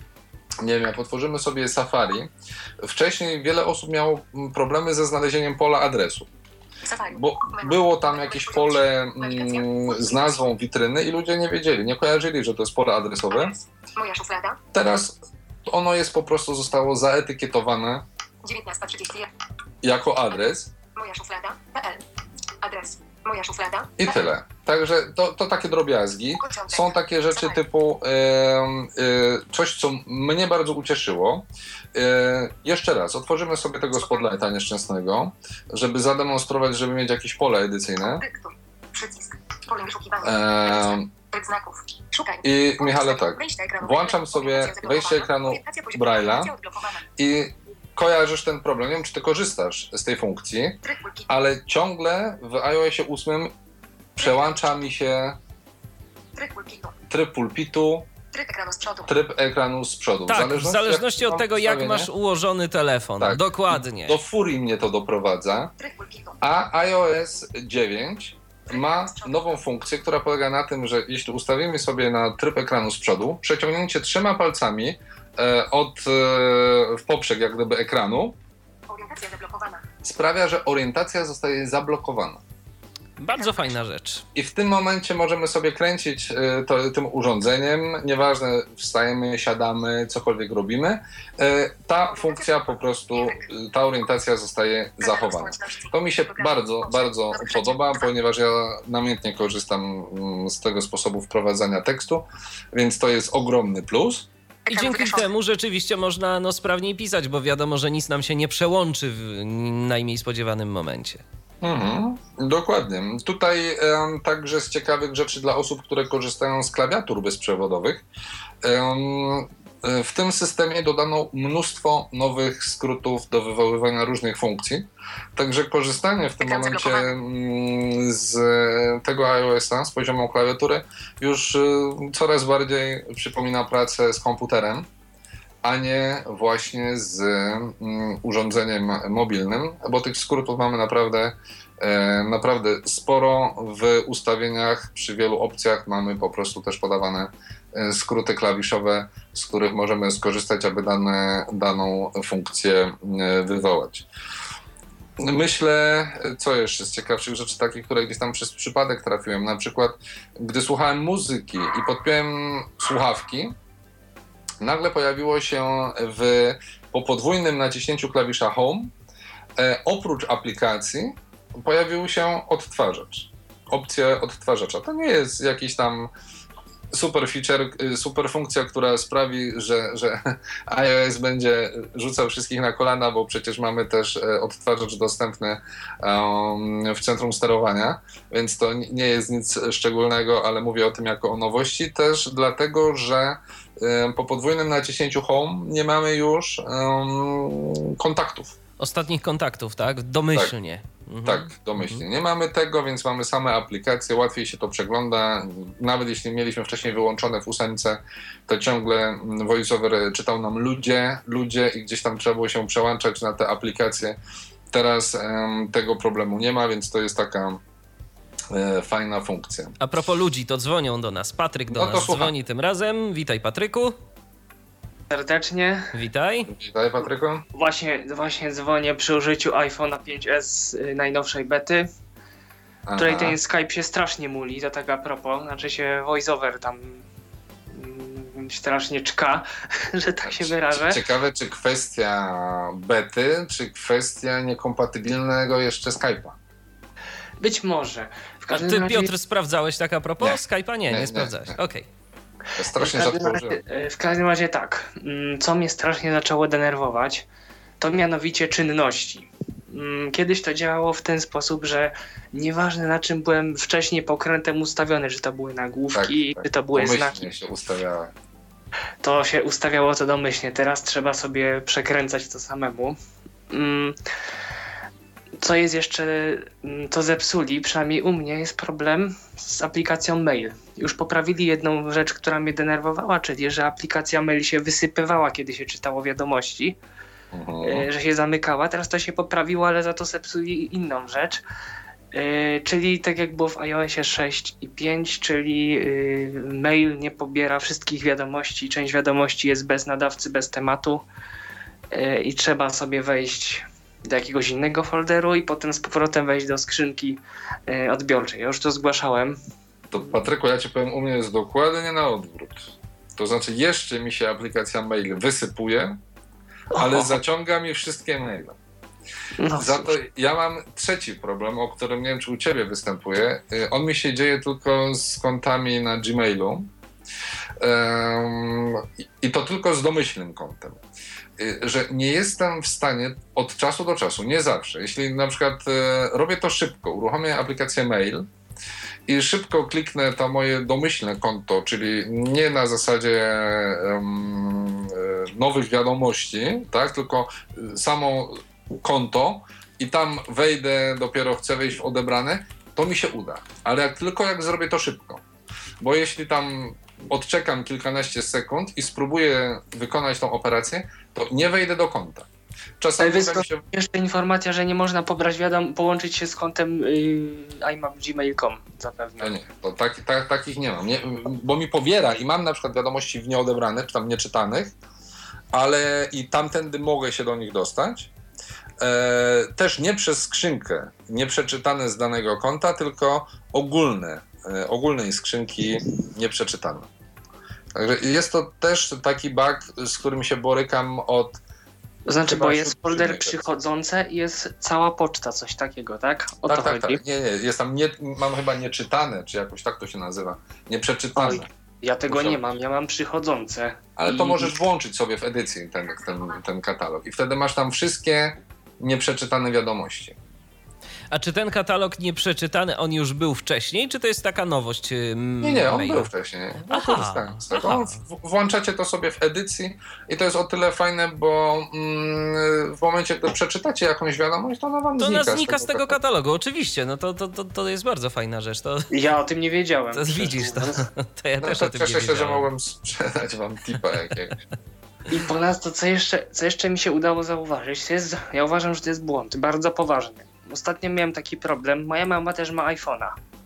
nie wiem, jak otworzymy sobie Safari, wcześniej wiele osób miało problemy ze znalezieniem pola adresu. Safari. Bo było tam jakieś pole mm, z nazwą witryny i ludzie nie wiedzieli, nie kojarzyli, że to jest pole adresowe. Adres. Moja szuflada. Teraz ono jest po prostu zostało zaetykietowane dziewiętnasta trzydzieści jeden. jako adres Moja szuflada. P L. Adres. Moja szuflada. i tyle. Także to, to takie drobiazgi. Początek. Są takie rzeczy Safari. typu e, e, coś, co mnie bardzo ucieszyło. E, jeszcze raz, otworzymy sobie tego spotlighta nieszczęsnego, żeby zademonstrować, żeby mieć jakieś pole edycyjne. Dyktuj. Przycisk. Pole wyszukiwania. E, Tryb znaków. Szukaj. I Michale, tak, Wejście ekranu. włączam sobie Orientacja wejście zablokowana. ekranu Orientacja poziomu. Braille'a. Orientacja odblokowana. i kojarzysz ten problem. Nie wiem, czy ty korzystasz z tej funkcji, Tryb pulki. ale ciągle w iOSie ósmym przełącza mi się Tryb pulpitu. tryb pulpitu, Tryb ekranu z przodu. tryb ekranu z przodu. Tak, w zależności jak od tego, mam jak ustawienie, masz ułożony telefon. Tak. Dokładnie. do furii mnie to doprowadza, Tryb pulpitu. a iOS dziewięć ma nową funkcję, która polega na tym, że jeśli ustawimy sobie na tryb ekranu z przodu, przeciągnięcie trzema palcami e, od e, w poprzek jak gdyby ekranu Orientacja zablokowana. sprawia, że orientacja zostaje zablokowana. Bardzo fajna rzecz. I w tym momencie możemy sobie kręcić y, to, tym urządzeniem, nieważne wstajemy, siadamy, cokolwiek robimy, y, ta funkcja po prostu, y, ta orientacja zostaje zachowana. To mi się bardzo, bardzo podoba, ponieważ ja namiętnie korzystam mm, z tego sposobu wprowadzania tekstu, więc to jest ogromny plus. I dzięki temu rzeczywiście można no, sprawniej pisać, bo wiadomo, że nic nam się nie przełączy w najmniej spodziewanym momencie. Mhm, dokładnie. Tutaj em, także z ciekawych rzeczy dla osób, które korzystają z klawiatur bezprzewodowych. Em, w tym systemie dodano mnóstwo nowych skrótów do wywoływania różnych funkcji. Także korzystanie w tym Ekran momencie zablokowany. mm, z tego iOS-a, z poziomu klawiatury, już y, coraz bardziej przypomina pracę z komputerem, a nie właśnie z mm, urządzeniem mobilnym, bo tych skrótów mamy naprawdę, e, naprawdę sporo. W ustawieniach przy wielu opcjach mamy po prostu też podawane e, skróty klawiszowe, z których możemy skorzystać, aby dane, daną funkcję e, wywołać. Myślę, co jeszcze z ciekawszych rzeczy, takich, które gdzieś tam przez przypadek trafiłem, na przykład gdy słuchałem muzyki i podpiąłem słuchawki, nagle pojawiło się w, po podwójnym naciśnięciu klawisza Home, e, oprócz aplikacji pojawił się odtwarzacz. Opcja odtwarzacza. To nie jest jakiś tam super feature, y, super funkcja, która sprawi, że, że iOS będzie rzucał wszystkich na kolana, bo przecież mamy też e, odtwarzacz dostępny um, w centrum sterowania, więc to nie jest nic szczególnego, ale mówię o tym jako o nowości też dlatego, że po podwójnym naciśnięciu Home nie mamy już um, kontaktów. Ostatnich kontaktów, tak? Domyślnie. Mhm. Tak, domyślnie. Nie mamy tego, więc mamy same aplikacje, łatwiej się to przegląda. Nawet jeśli mieliśmy wcześniej wyłączone w ósemce, to ciągle VoiceOver czytał nam ludzie, ludzie i gdzieś tam trzeba było się przełączać na te aplikacje. Teraz um, tego problemu nie ma, więc to jest taka e, fajna funkcja. A propos ludzi, to dzwonią do nas. Patryk do No to nas słucham. dzwoni tym razem. Witaj, Patryku. Serdecznie. Witaj. Witaj, Patryku. Właśnie, właśnie dzwonię przy użyciu iPhone'a pięć S y, najnowszej bety, w której ten Skype się strasznie muli, to tak a propos, znaczy się voiceover tam mm, strasznie czka, że tak się wyrażę. Ciekawe, czy kwestia bety, czy kwestia niekompatybilnego jeszcze Skype'a. Być może. W A każdym ty, razie, Piotr, sprawdzałeś tak a propos Nie. Skype'a? Nie, nie, Nie, nie, sprawdzałeś. nie. Okej. To w strasznie każdym, rzadko razie, używam. y, w każdym razie tak, mm, co mnie strasznie zaczęło denerwować, to mianowicie czynności. Mm, Kiedyś to działało w ten sposób, że nieważne na czym byłem wcześniej pokrętem ustawiony, czy to były nagłówki, Tak, czy to były znaki, Pomyślnie się ustawiała. to się ustawiało to domyślnie. Teraz trzeba sobie przekręcać to samemu. Mm, Co jest jeszcze, mm, to zepsuli, przynajmniej u mnie jest problem z aplikacją Mail. Już poprawili jedną rzecz, która mnie denerwowała, czyli że aplikacja Mail się wysypywała, kiedy się czytało wiadomości, Mhm. e, że się zamykała. Teraz to się poprawiło, ale za to zepsuli inną rzecz. E, Czyli tak jak było w iOSie sześć i pięć, czyli y, mail nie pobiera wszystkich wiadomości, część wiadomości jest bez nadawcy, bez tematu y, i trzeba sobie wejść do jakiegoś innego folderu i potem z powrotem wejść do skrzynki y, odbiorczej. Ja już to zgłaszałem. To Patryku, ja ci powiem, u mnie jest dokładnie na odwrót. To znaczy jeszcze mi się aplikacja mail wysypuje, ale O. zaciąga mi wszystkie maile. No, Za to ja mam trzeci problem, o którym nie wiem, czy u ciebie występuje. Y, On mi się dzieje tylko z kontami na Gmailu. Ym, i- I to tylko z domyślnym kontem. Y, Że nie jestem w stanie od czasu do czasu, nie zawsze, jeśli na przykład y, robię to szybko, uruchomię aplikację mail i szybko kliknę to moje domyślne konto, czyli nie na zasadzie um, y, nowych wiadomości, tak, tylko y, samo konto i tam wejdę, dopiero chcę wejść w odebrane, to mi się uda. Ale jak, tylko jak zrobię to szybko. Bo jeśli tam odczekam kilkanaście sekund i spróbuję wykonać tą operację, to nie wejdę do konta. Czasami Ale uda mi się... jeszcze informacja, że nie można pobrać wiadom, połączyć się z kontem y, imap gmail kropka com zapewne. No nie, to tak, tak, takich nie mam. Nie, bo mi powiera i mam na przykład wiadomości w nieodebrane, czy tam nieczytanych, ale i tamtędy mogę się do nich dostać. E, też nie przez skrzynkę, nie przeczytane z danego konta, tylko ogólne, e, ogólnej skrzynki nieprzeczytane. Także jest to też taki bug, z którym się borykam od... To znaczy, Chyba bo jest siódmej folder wersji. przychodzące i jest cała poczta, coś takiego, tak? O tak, to tak, chodzi. tak. Nie, nie, jest tam nie, mam chyba nieczytane, czy jakoś tak to się nazywa. Nieprzeczytane. Oj, ja tego Musiał nie być. mam, ja mam przychodzące. Ale to I- możesz włączyć sobie w edycji ten, ten, ten katalog i wtedy masz tam wszystkie nieprzeczytane wiadomości. A czy ten katalog nieprzeczytany, on już był wcześniej, czy to jest taka nowość? ym, Nie, nie, on mailu? był wcześniej. Ja Aha, korzystałem z tego. aha. W- Włączacie to sobie w edycji i to jest o tyle fajne, bo mm, w momencie, gdy przeczytacie jakąś wiadomość, to ona wam To znika. ona znika z tego katalogu. katalogu, oczywiście. No to, to, to, to jest bardzo fajna rzecz. To, Ja o tym nie wiedziałem. to szczerze widzisz, to, mówiąc. to ja No też to o tym nie cieszę się, że wiedziałem. mogłem sprzedać wam tipa jakiegoś. I ponadto, co jeszcze, co jeszcze mi się udało zauważyć, to jest, ja uważam, że to jest błąd, bardzo poważny. Ostatnio miałem taki problem, moja mama też ma iPhone'a.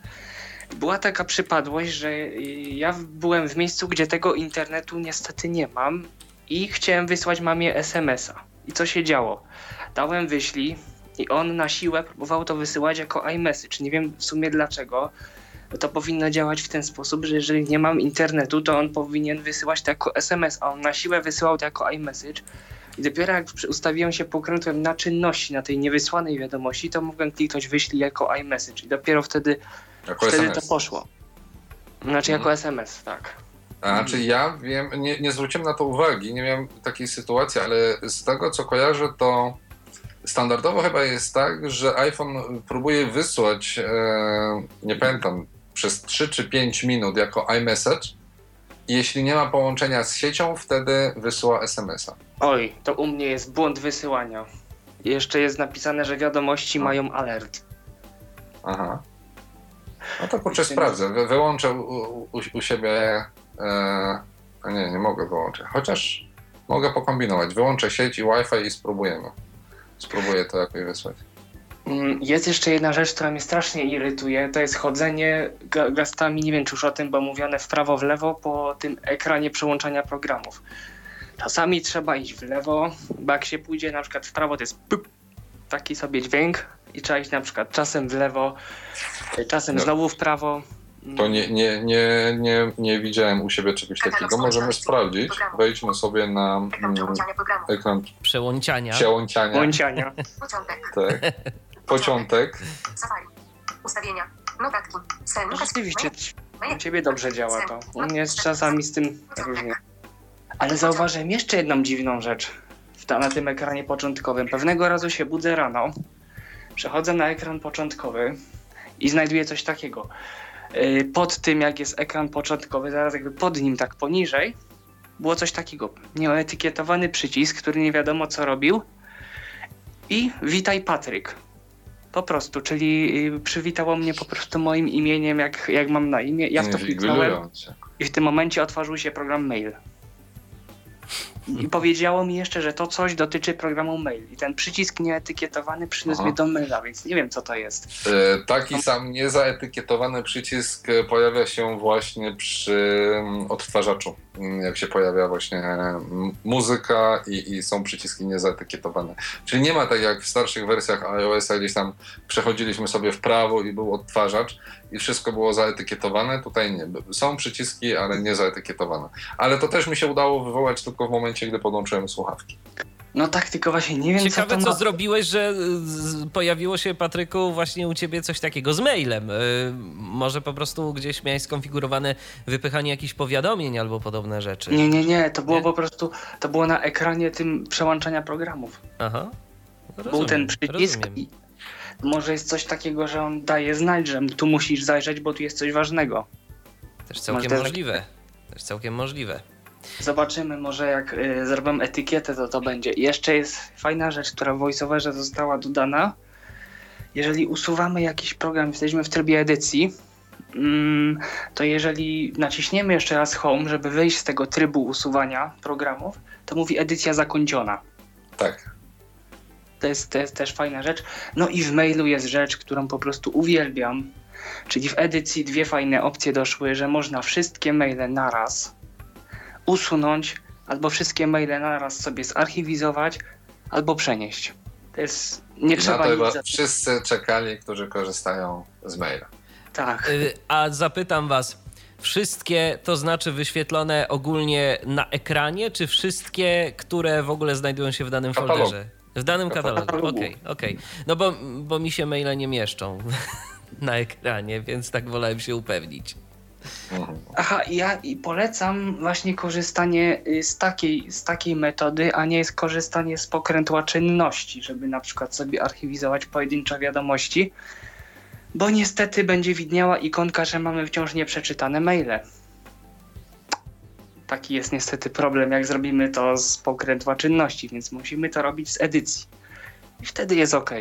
Była taka przypadłość, że ja byłem w miejscu, gdzie tego internetu niestety nie mam i chciałem wysłać mamie es em es a. I co się działo? Dałem wyślij i on na siłę próbował to wysyłać jako iMessage. Nie wiem w sumie dlaczego. To powinno działać w ten sposób, że jeżeli nie mam internetu, to on powinien wysyłać to jako es em es, a on na siłę wysyłał to jako iMessage. I dopiero jak przy- ustawiłem się, pokrętłem na czynności, na tej niewysłanej wiadomości, to mogłem kliknąć wyślij jako iMessage i dopiero wtedy, Jako wtedy es em es. to poszło. Znaczy jako es em es, tak. A, czy ja wiem, nie, nie zwróciłem na to uwagi, nie miałem takiej sytuacji, ale z tego co kojarzę, to standardowo chyba jest tak, że iPhone próbuje wysłać, e, nie pamiętam, przez trzy czy pięć minut jako iMessage. Jeśli nie ma połączenia z siecią, wtedy wysyła es em es a. Oj, to u mnie jest błąd wysyłania. I jeszcze jest napisane, że wiadomości No. mają alert. Aha. No to kurczę, sprawdzę. Wy, wyłączę u, u, u siebie. E, a nie, nie mogę wyłączyć. Chociaż mogę pokombinować. Wyłączę sieć i Wi-Fi i spróbujemy. Spróbuję to jakoś wysłać. Mm, Jest jeszcze jedna rzecz, która mnie strasznie irytuje, to jest chodzenie ga- gestami, nie wiem czy już o tym, bo mówione w prawo, w lewo po tym ekranie przełączania programów. Czasami trzeba iść w lewo, bo jak się pójdzie na przykład w prawo, to jest pyp, taki sobie dźwięk i trzeba iść na przykład czasem w lewo, czasem No. znowu w prawo. To nie, nie, nie, nie, nie widziałem u siebie czegoś takiego. Możemy sprawdzić. Wejdźmy sobie na Ekran mm, przełączania programu. ekran Przełączania. przełączania. Łąciania. Początek. Tak. Początek. Safari. Ustawienia. Notatki. Sen. Rzeczywiście, Mail. u ciebie dobrze działa to. U mnie jest czasami z tym różnie. Ale zauważyłem jeszcze jedną dziwną rzecz w ta, na tym ekranie początkowym. Pewnego razu się budzę rano, przechodzę na ekran początkowy i znajduję coś takiego. Yy, Pod tym, jak jest ekran początkowy, zaraz jakby pod nim, tak poniżej, było coś takiego. Nieoetykietowany przycisk, który nie wiadomo co robił i witaj Patryk. Po prostu, czyli yy, przywitało mnie po prostu moim imieniem, jak, jak mam na imię. Ja w to kliknąłem. Inwigilujące. I w tym momencie otworzył się program mail. I powiedziało mi jeszcze, że to coś dotyczy programu mail. I ten przycisk nieetykietowany przyniósł Aha. mnie do maila, więc nie wiem co to jest. E, Taki sam niezaetykietowany przycisk e, pojawia się właśnie przy mm, odtwarzaczu. Mm, Jak się pojawia właśnie mm, muzyka i, i są przyciski niezaetykietowane. Czyli nie ma tak jak w starszych wersjach iOS-a, gdzieś tam przechodziliśmy sobie w prawo i był odtwarzacz i wszystko było zaetykietowane. Tutaj nie. Są przyciski, ale nie zaetykietowane. Ale to też mi się udało wywołać tylko w momencie, gdy podłączyłem słuchawki. No tak, tylko właśnie nie wiem Ciekawe, co to co ma... zrobiłeś, że z- pojawiło się, Patryku, właśnie u ciebie coś takiego z mailem. Y, może po prostu gdzieś miałeś skonfigurowane wypychanie jakichś powiadomień albo podobne rzeczy. Nie, nie, nie, to było Nie? po prostu, to było na ekranie tym przełączania programów. Aha. No Był rozumiem, ten przycisk rozumiem. i może jest coś takiego, że on daje znać, że tu musisz zajrzeć, bo tu jest coś ważnego. Też całkiem Może też- możliwe. Też całkiem możliwe. Zobaczymy, może jak y, zrobię etykietę, to to będzie. I jeszcze jest fajna rzecz, która w VoiceOverze została dodana. Jeżeli usuwamy jakiś program, jesteśmy w trybie edycji, mm, to jeżeli naciśniemy jeszcze raz Home, żeby wyjść z tego trybu usuwania programów, to mówi edycja zakończona. Tak. To jest, to jest też fajna rzecz. No i w mailu jest rzecz, którą po prostu uwielbiam. Czyli w edycji dwie fajne opcje doszły, że można wszystkie maile naraz usunąć, albo wszystkie maile naraz sobie zarchiwizować, albo przenieść. To jest... Nie I na trzeba to nic chyba za... wszyscy czekali, którzy korzystają z maila. Tak. Y, A zapytam was, wszystkie to znaczy wyświetlone ogólnie na ekranie, czy wszystkie, które w ogóle znajdują się w danym Katalogu. folderze? W danym katalogu, Katalogu. okej, okej. No bo, bo mi się maile nie mieszczą na ekranie, więc tak wolałem się upewnić. Mhm. Aha, i ja i polecam właśnie korzystanie y, z takiej, z takiej metody, a nie jest korzystanie z pokrętła czynności, żeby na przykład sobie archiwizować pojedyncze wiadomości, bo niestety będzie widniała ikonka, że mamy wciąż nieprzeczytane maile. Taki jest niestety problem, jak zrobimy to z pokrętła czynności, więc musimy to robić z edycji. I wtedy jest ok.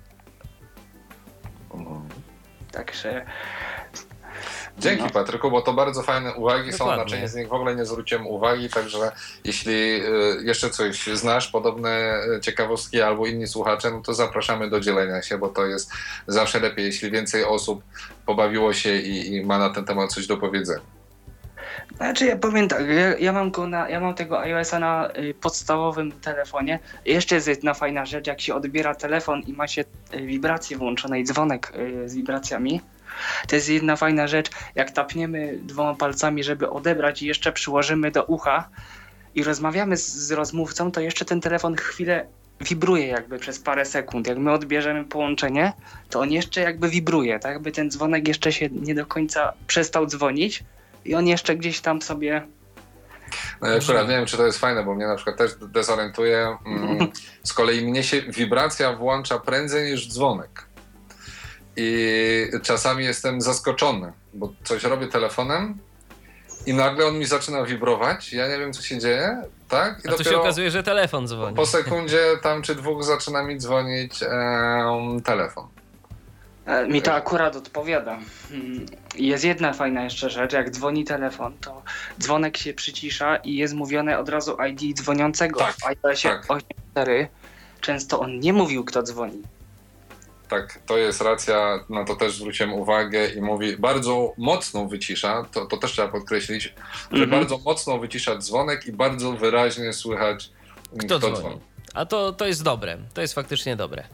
Mhm. Także Dzięki No. Patryku, bo to bardzo fajne uwagi są, na Dokładnie. część z nich w ogóle nie zwróciłem uwagi, także jeśli y, jeszcze coś znasz, podobne y, ciekawostki albo inni słuchacze, no to zapraszamy do dzielenia się, bo to jest zawsze lepiej, jeśli więcej osób pobawiło się i, i ma na ten temat coś do powiedzenia. Znaczy ja powiem tak, ja, ja, mam, go na, ja mam tego iOS-a na y, podstawowym telefonie. Jeszcze jest jedna fajna rzecz, jak się odbiera telefon i ma się y, wibracje włączone i dzwonek y, z wibracjami. To jest jedna fajna rzecz, jak tapniemy dwoma palcami, żeby odebrać i jeszcze przyłożymy do ucha i rozmawiamy z, z rozmówcą, to jeszcze ten telefon chwilę wibruje jakby przez parę sekund. Jak my odbierzemy połączenie, to on jeszcze jakby wibruje, tak jakby ten dzwonek jeszcze się nie do końca przestał dzwonić i on jeszcze gdzieś tam sobie... No ja akurat nie wiem, czy to jest fajne, bo mnie na przykład też dezorientuje. Mm, z kolei mnie się wibracja włącza prędzej niż dzwonek. I czasami jestem zaskoczony, bo coś robię telefonem i nagle on mi zaczyna wibrować. Ja nie wiem, co się dzieje, tak? I A tu się dopiero okazuje, że telefon dzwoni. po sekundzie tam czy dwóch zaczyna mi dzwonić em, telefon. E, Mi to akurat odpowiada. Mm, Jest jedna fajna jeszcze rzecz, jak dzwoni telefon, to dzwonek się przycisza i jest mówione od razu I D dzwoniącego. Tak, W iOSie tak. osiem cztery często on nie mówił, kto dzwoni. tak, to jest racja, na to też zwróciłem uwagę i mówi, bardzo mocno wycisza, to, to też trzeba podkreślić, że Mhm. bardzo mocno wycisza dzwonek i bardzo wyraźnie słychać, Kto, kto, dzwoni? dzwoni. A to, to jest dobre. To jest faktycznie dobre.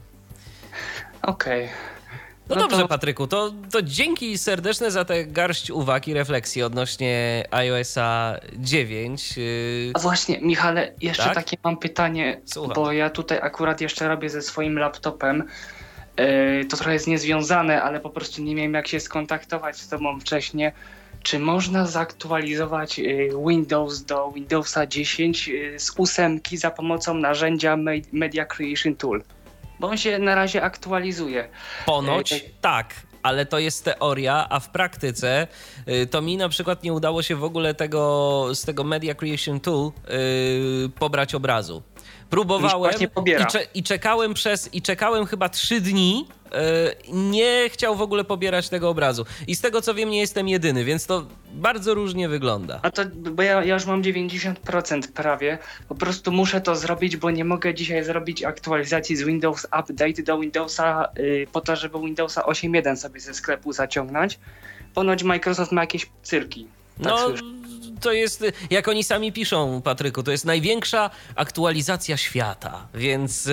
Okej. No, No dobrze, to- Patryku, to, to dzięki serdeczne za tę garść uwag i refleksji odnośnie iOS-a dziewięć. Yy, A właśnie, Michale, jeszcze Tak? takie mam pytanie, Słucham. bo ja tutaj akurat jeszcze robię ze swoim laptopem. Yy, to trochę jest niezwiązane, ale po prostu nie miałem jak się skontaktować z tobą wcześniej. Czy można zaktualizować yy, Windows do Windowsa dziesięć yy, z ósemki za pomocą narzędzia Me- Media Creation Tool? Bo on się na razie aktualizuje. Ponoć Ej, tak, ale to jest teoria, a w praktyce y, to mi na przykład nie udało się w ogóle tego, z tego Media Creation Tool y, pobrać obrazu. Próbowałem właśnie pobiera. i, cze- i czekałem przez i czekałem chyba trzy dni. y, Nie chciał w ogóle pobierać tego obrazu. I z tego co wiem, nie jestem jedyny, więc to bardzo różnie wygląda. A to, bo ja, ja już mam dziewięćdziesiąt procent prawie. Po prostu muszę to zrobić, bo nie mogę dzisiaj zrobić aktualizacji z Windows Update do Windowsa yy, po to, żeby Windowsa osiem jeden sobie ze sklepu zaciągnąć. Ponoć Microsoft ma jakieś cyrki. Tak No, słyszę. to jest, jak oni sami piszą, Patryku, to jest największa aktualizacja świata, więc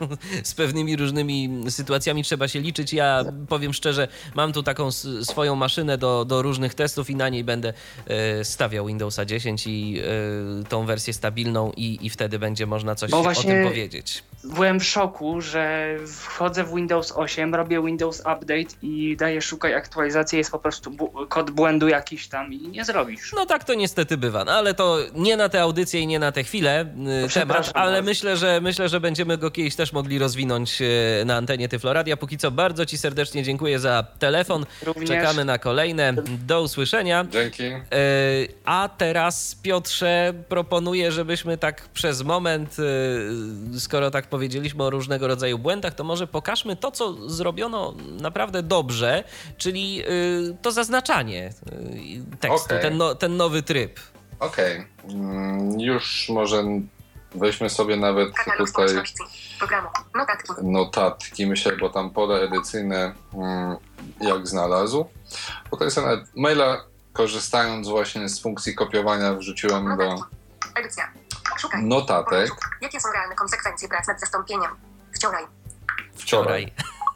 z pewnymi różnymi sytuacjami trzeba się liczyć. Ja powiem szczerze, mam tu taką s- swoją maszynę do, do różnych testów i na niej będę e, stawiał Windowsa dziesięć i e, tą wersję stabilną i, i wtedy będzie można coś Bo o właśnie- tym powiedzieć. Byłem w szoku, że wchodzę w Windows osiem, robię Windows Update i daję szukaj aktualizację, jest po prostu bu- kod błędu jakiś tam i nie zrobisz. No tak to niestety bywa, no, ale to nie na tę audycję i nie na tę chwilę y, temat, przepraszam ale bardzo. myślę, że myślę, że będziemy go kiedyś też mogli rozwinąć y, na antenie Tyfloradia. Póki co bardzo Ci serdecznie dziękuję za telefon. Również. Czekamy na kolejne. Do usłyszenia. Dzięki. Y, A teraz, Piotrze, proponuję, żebyśmy tak przez moment, y, skoro tak powiedzieliśmy o różnego rodzaju błędach, to może pokażmy to, co zrobiono naprawdę dobrze, czyli y, to zaznaczanie y, tekstu, Okej. ten, no, ten nowy tryb. Okej, Mm, już może weźmy sobie nawet Katalog tutaj społeczności. Programu. Notatki. notatki, myślę, bo tam pole edycyjne mm, jak znalazł. Bo to jest nawet maila, korzystając właśnie z funkcji kopiowania, wrzuciłem do Notatki. Edycja. Szukaj. notatek Poszuk. Jakie są realne konsekwencje prac nad zastąpieniem? Wczoraj. wczoraj.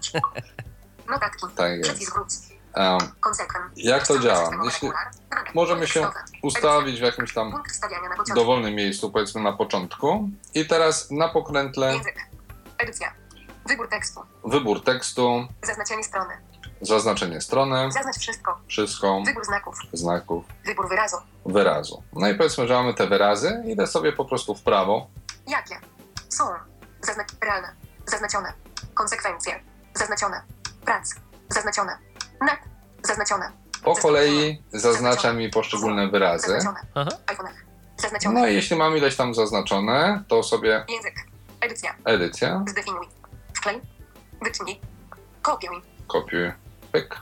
Notatki. Tak jest. Przycisk wróć. Um, Konsekwent. Jak to działa? Systemowy Jeśli regular. możemy się Tekstowe. ustawić w jakimś tam Punkt wstawiania na pociągu. dowolnym miejscu, powiedzmy na początku. I teraz na pokrętle Język. Edycja. Wybór tekstu. wybór tekstu, Zaznaczenie strony. zaznaczenie strony, Zaznacz wszystko. wszystko, Wybór znaków. znaków, Wybór wyrazu. wyrazu. No i powiedzmy, że mamy te wyrazy, idę sobie po prostu w prawo. Jakie? Są. Zaznacz realne. Zaznaczone. Konsekwencje. Zaznaczone. Prac. Zaznaczone. Net. Zaznaczone. Po kolei zaznacza mi poszczególne wyrazy. Zaznaczone. Aha. iPhone. Zaznaczone. No i jeśli mam ileś tam zaznaczone, to sobie Język. Edycja. edycja, Zdefiniuj. Wklej. Wytnij. Kopiuj. kopiuj, pyk,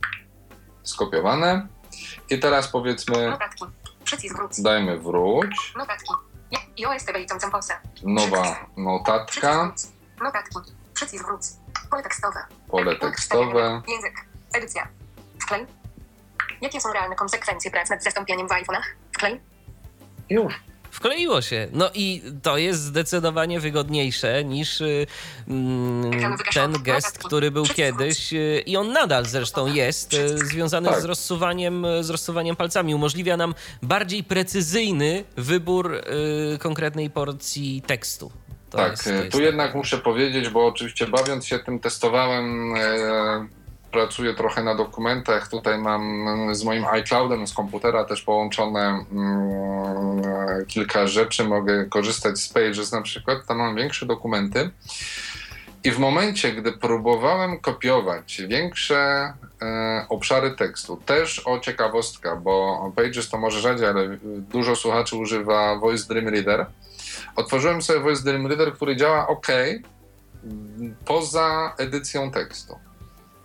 skopiowane. I teraz powiedzmy, Notatki. Przycisk wróć. dajmy wróć, Notatki. I O S T B i tą posę. nowa notatka, Przycisk wróć. Notatki. Przycisk wróć. Pole tekstowe. pole Punkt wstawiania. tekstowe, Język. Edycja. Wklej. Jakie są realne konsekwencje prac nad zastąpieniem w iPhone'ach? Wklej. już. Wkleiło się. No i to jest zdecydowanie wygodniejsze niż y, mm, ten gest, który był kiedyś y, i on nadal zresztą jest y, związany Tak. z rozsuwaniem, z rozsuwaniem palcami. Umożliwia nam bardziej precyzyjny wybór y, konkretnej porcji tekstu. To Tak, jest- to jest tu tak. jednak muszę powiedzieć, bo oczywiście bawiąc się tym testowałem, e, pracuję trochę na dokumentach. Tutaj mam z moim iCloudem z komputera też połączone mm, e, kilka rzeczy. Mogę korzystać z Pages na przykład, tam mam większe dokumenty. I w momencie, gdy próbowałem kopiować większe e, obszary tekstu, też o ciekawostka, bo Pages to może rzadziej, ale dużo słuchaczy używa Voice Dream Reader. Otworzyłem sobie Voice Dream Reader, który działa ok, poza edycją tekstu.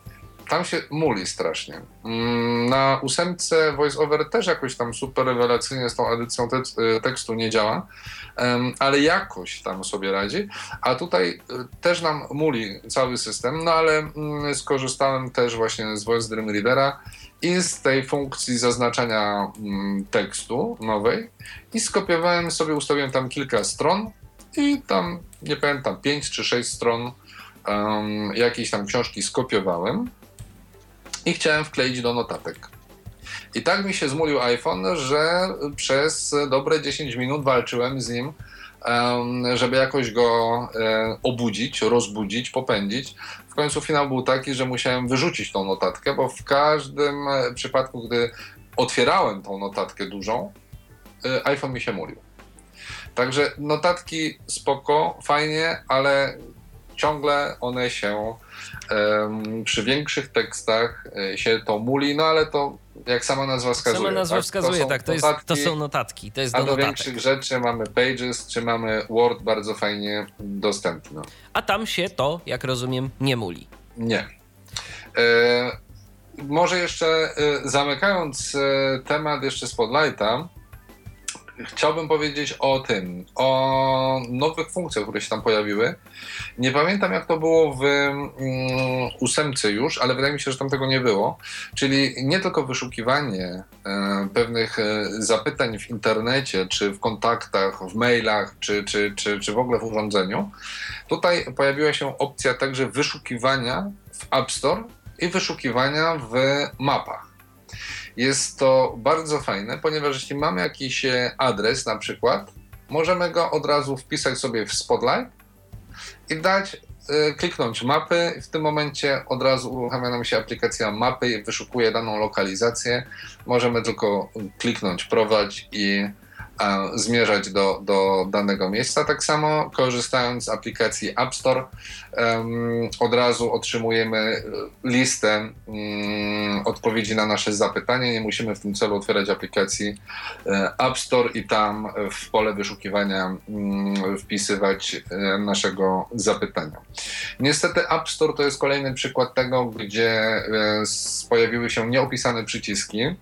tam się muli strasznie. Na ósemce VoiceOver też jakoś tam super rewelacyjnie z tą edycją te tekstu nie działa, ale jakoś tam sobie radzi, a tutaj też nam muli cały system, no ale skorzystałem też właśnie z Voice Dream Readera i z tej funkcji zaznaczania tekstu nowej i skopiowałem sobie, ustawiłem tam kilka stron i tam, nie pamiętam, pięć czy sześć stron um, jakiejś tam książki skopiowałem i chciałem wkleić do notatek. I tak mi się zmulił iPhone, że przez dobre dziesięć minut walczyłem z nim, um, żeby jakoś go um, obudzić, rozbudzić, popędzić. W końcu finał był taki, że musiałem wyrzucić tą notatkę, bo w każdym przypadku, gdy otwierałem tą notatkę dużą, iPhone mi się mulił. Także notatki spoko, fajnie, ale ciągle one się um, przy większych tekstach się to muli, no ale to jak sama nazwa wskazuje. Sama nazwa tak? wskazuje, to tak, to, jest, to są notatki. To jest a do do notatek. większych rzeczy mamy Pages, czy mamy Word bardzo fajnie dostępny. A tam się to, jak rozumiem, nie muli. Nie. E, może jeszcze e, zamykając e, temat jeszcze Spotlighta, chciałbym powiedzieć o tym, o nowych funkcjach, które się tam pojawiły. Nie pamiętam, jak to było w mm, ósemce już, ale wydaje mi się, że tam tego nie było. Czyli nie tylko wyszukiwanie e, pewnych e, zapytań w internecie, czy w kontaktach, w mailach, czy, czy, czy, czy w ogóle w urządzeniu. Tutaj pojawiła się opcja także wyszukiwania w App Store i wyszukiwania w mapach. Jest to bardzo fajne, ponieważ jeśli mamy jakiś adres na przykład, możemy go od razu wpisać sobie w Spotlight i dać, y, kliknąć mapy. W tym momencie od razu uruchamia nam się aplikacja mapy i wyszukuje daną lokalizację. Możemy tylko kliknąć prowadź i a, zmierzać do, do danego miejsca. Tak samo korzystając z aplikacji App Store um, od razu otrzymujemy listę um, odpowiedzi na nasze zapytanie. Nie musimy w tym celu otwierać aplikacji um, App Store i tam w pole wyszukiwania um, wpisywać um, naszego zapytania. Niestety App Store to jest kolejny przykład tego, gdzie um, pojawiły się nieopisane przyciski.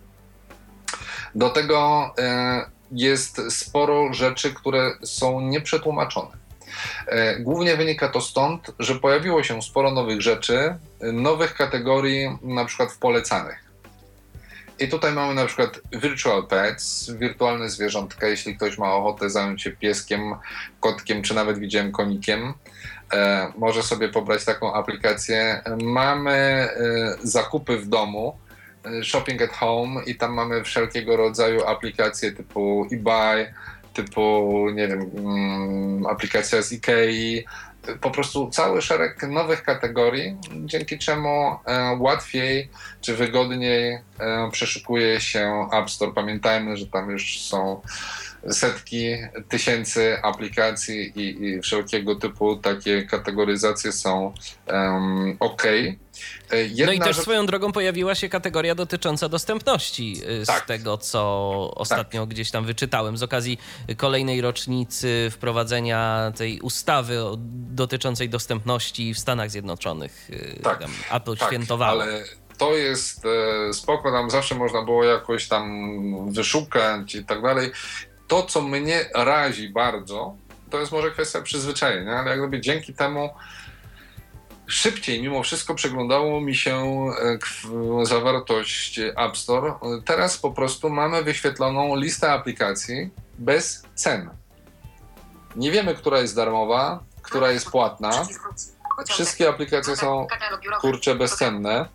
Do tego um, jest sporo rzeczy, które są nieprzetłumaczone. Głównie wynika to stąd, że pojawiło się sporo nowych rzeczy, nowych kategorii, na przykład w polecanych. I tutaj mamy na przykład virtual pets, wirtualne zwierzątka, jeśli ktoś ma ochotę zająć się pieskiem, kotkiem, czy nawet widziałem konikiem, może sobie pobrać taką aplikację. Mamy zakupy w domu, Shopping at Home i tam mamy wszelkiego rodzaju aplikacje typu eBay, typu, nie wiem, aplikacja z Ikei, po prostu cały szereg nowych kategorii, dzięki czemu e, łatwiej czy wygodniej e, przeszukuje się App Store. Pamiętajmy, że tam już są setki tysięcy aplikacji i, i wszelkiego typu takie kategoryzacje są um, ok. Jedna no i też rzecz... swoją drogą pojawiła się kategoria dotycząca dostępności z tak. tego, co ostatnio tak. gdzieś tam wyczytałem z okazji kolejnej rocznicy wprowadzenia tej ustawy dotyczącej dostępności w Stanach Zjednoczonych. Tak, tam Apple tak, świętowało. Ale to jest e, spoko, tam zawsze można było jakoś tam wyszukać i tak dalej. To, co mnie razi bardzo, to jest może kwestia przyzwyczajenia, ale jak gdyby dzięki temu szybciej mimo wszystko przeglądało mi się zawartość App Store. Teraz po prostu mamy wyświetloną listę aplikacji bez cen. Nie wiemy, która jest darmowa, która jest płatna. Wszystkie aplikacje są, kurczę, bezcenne.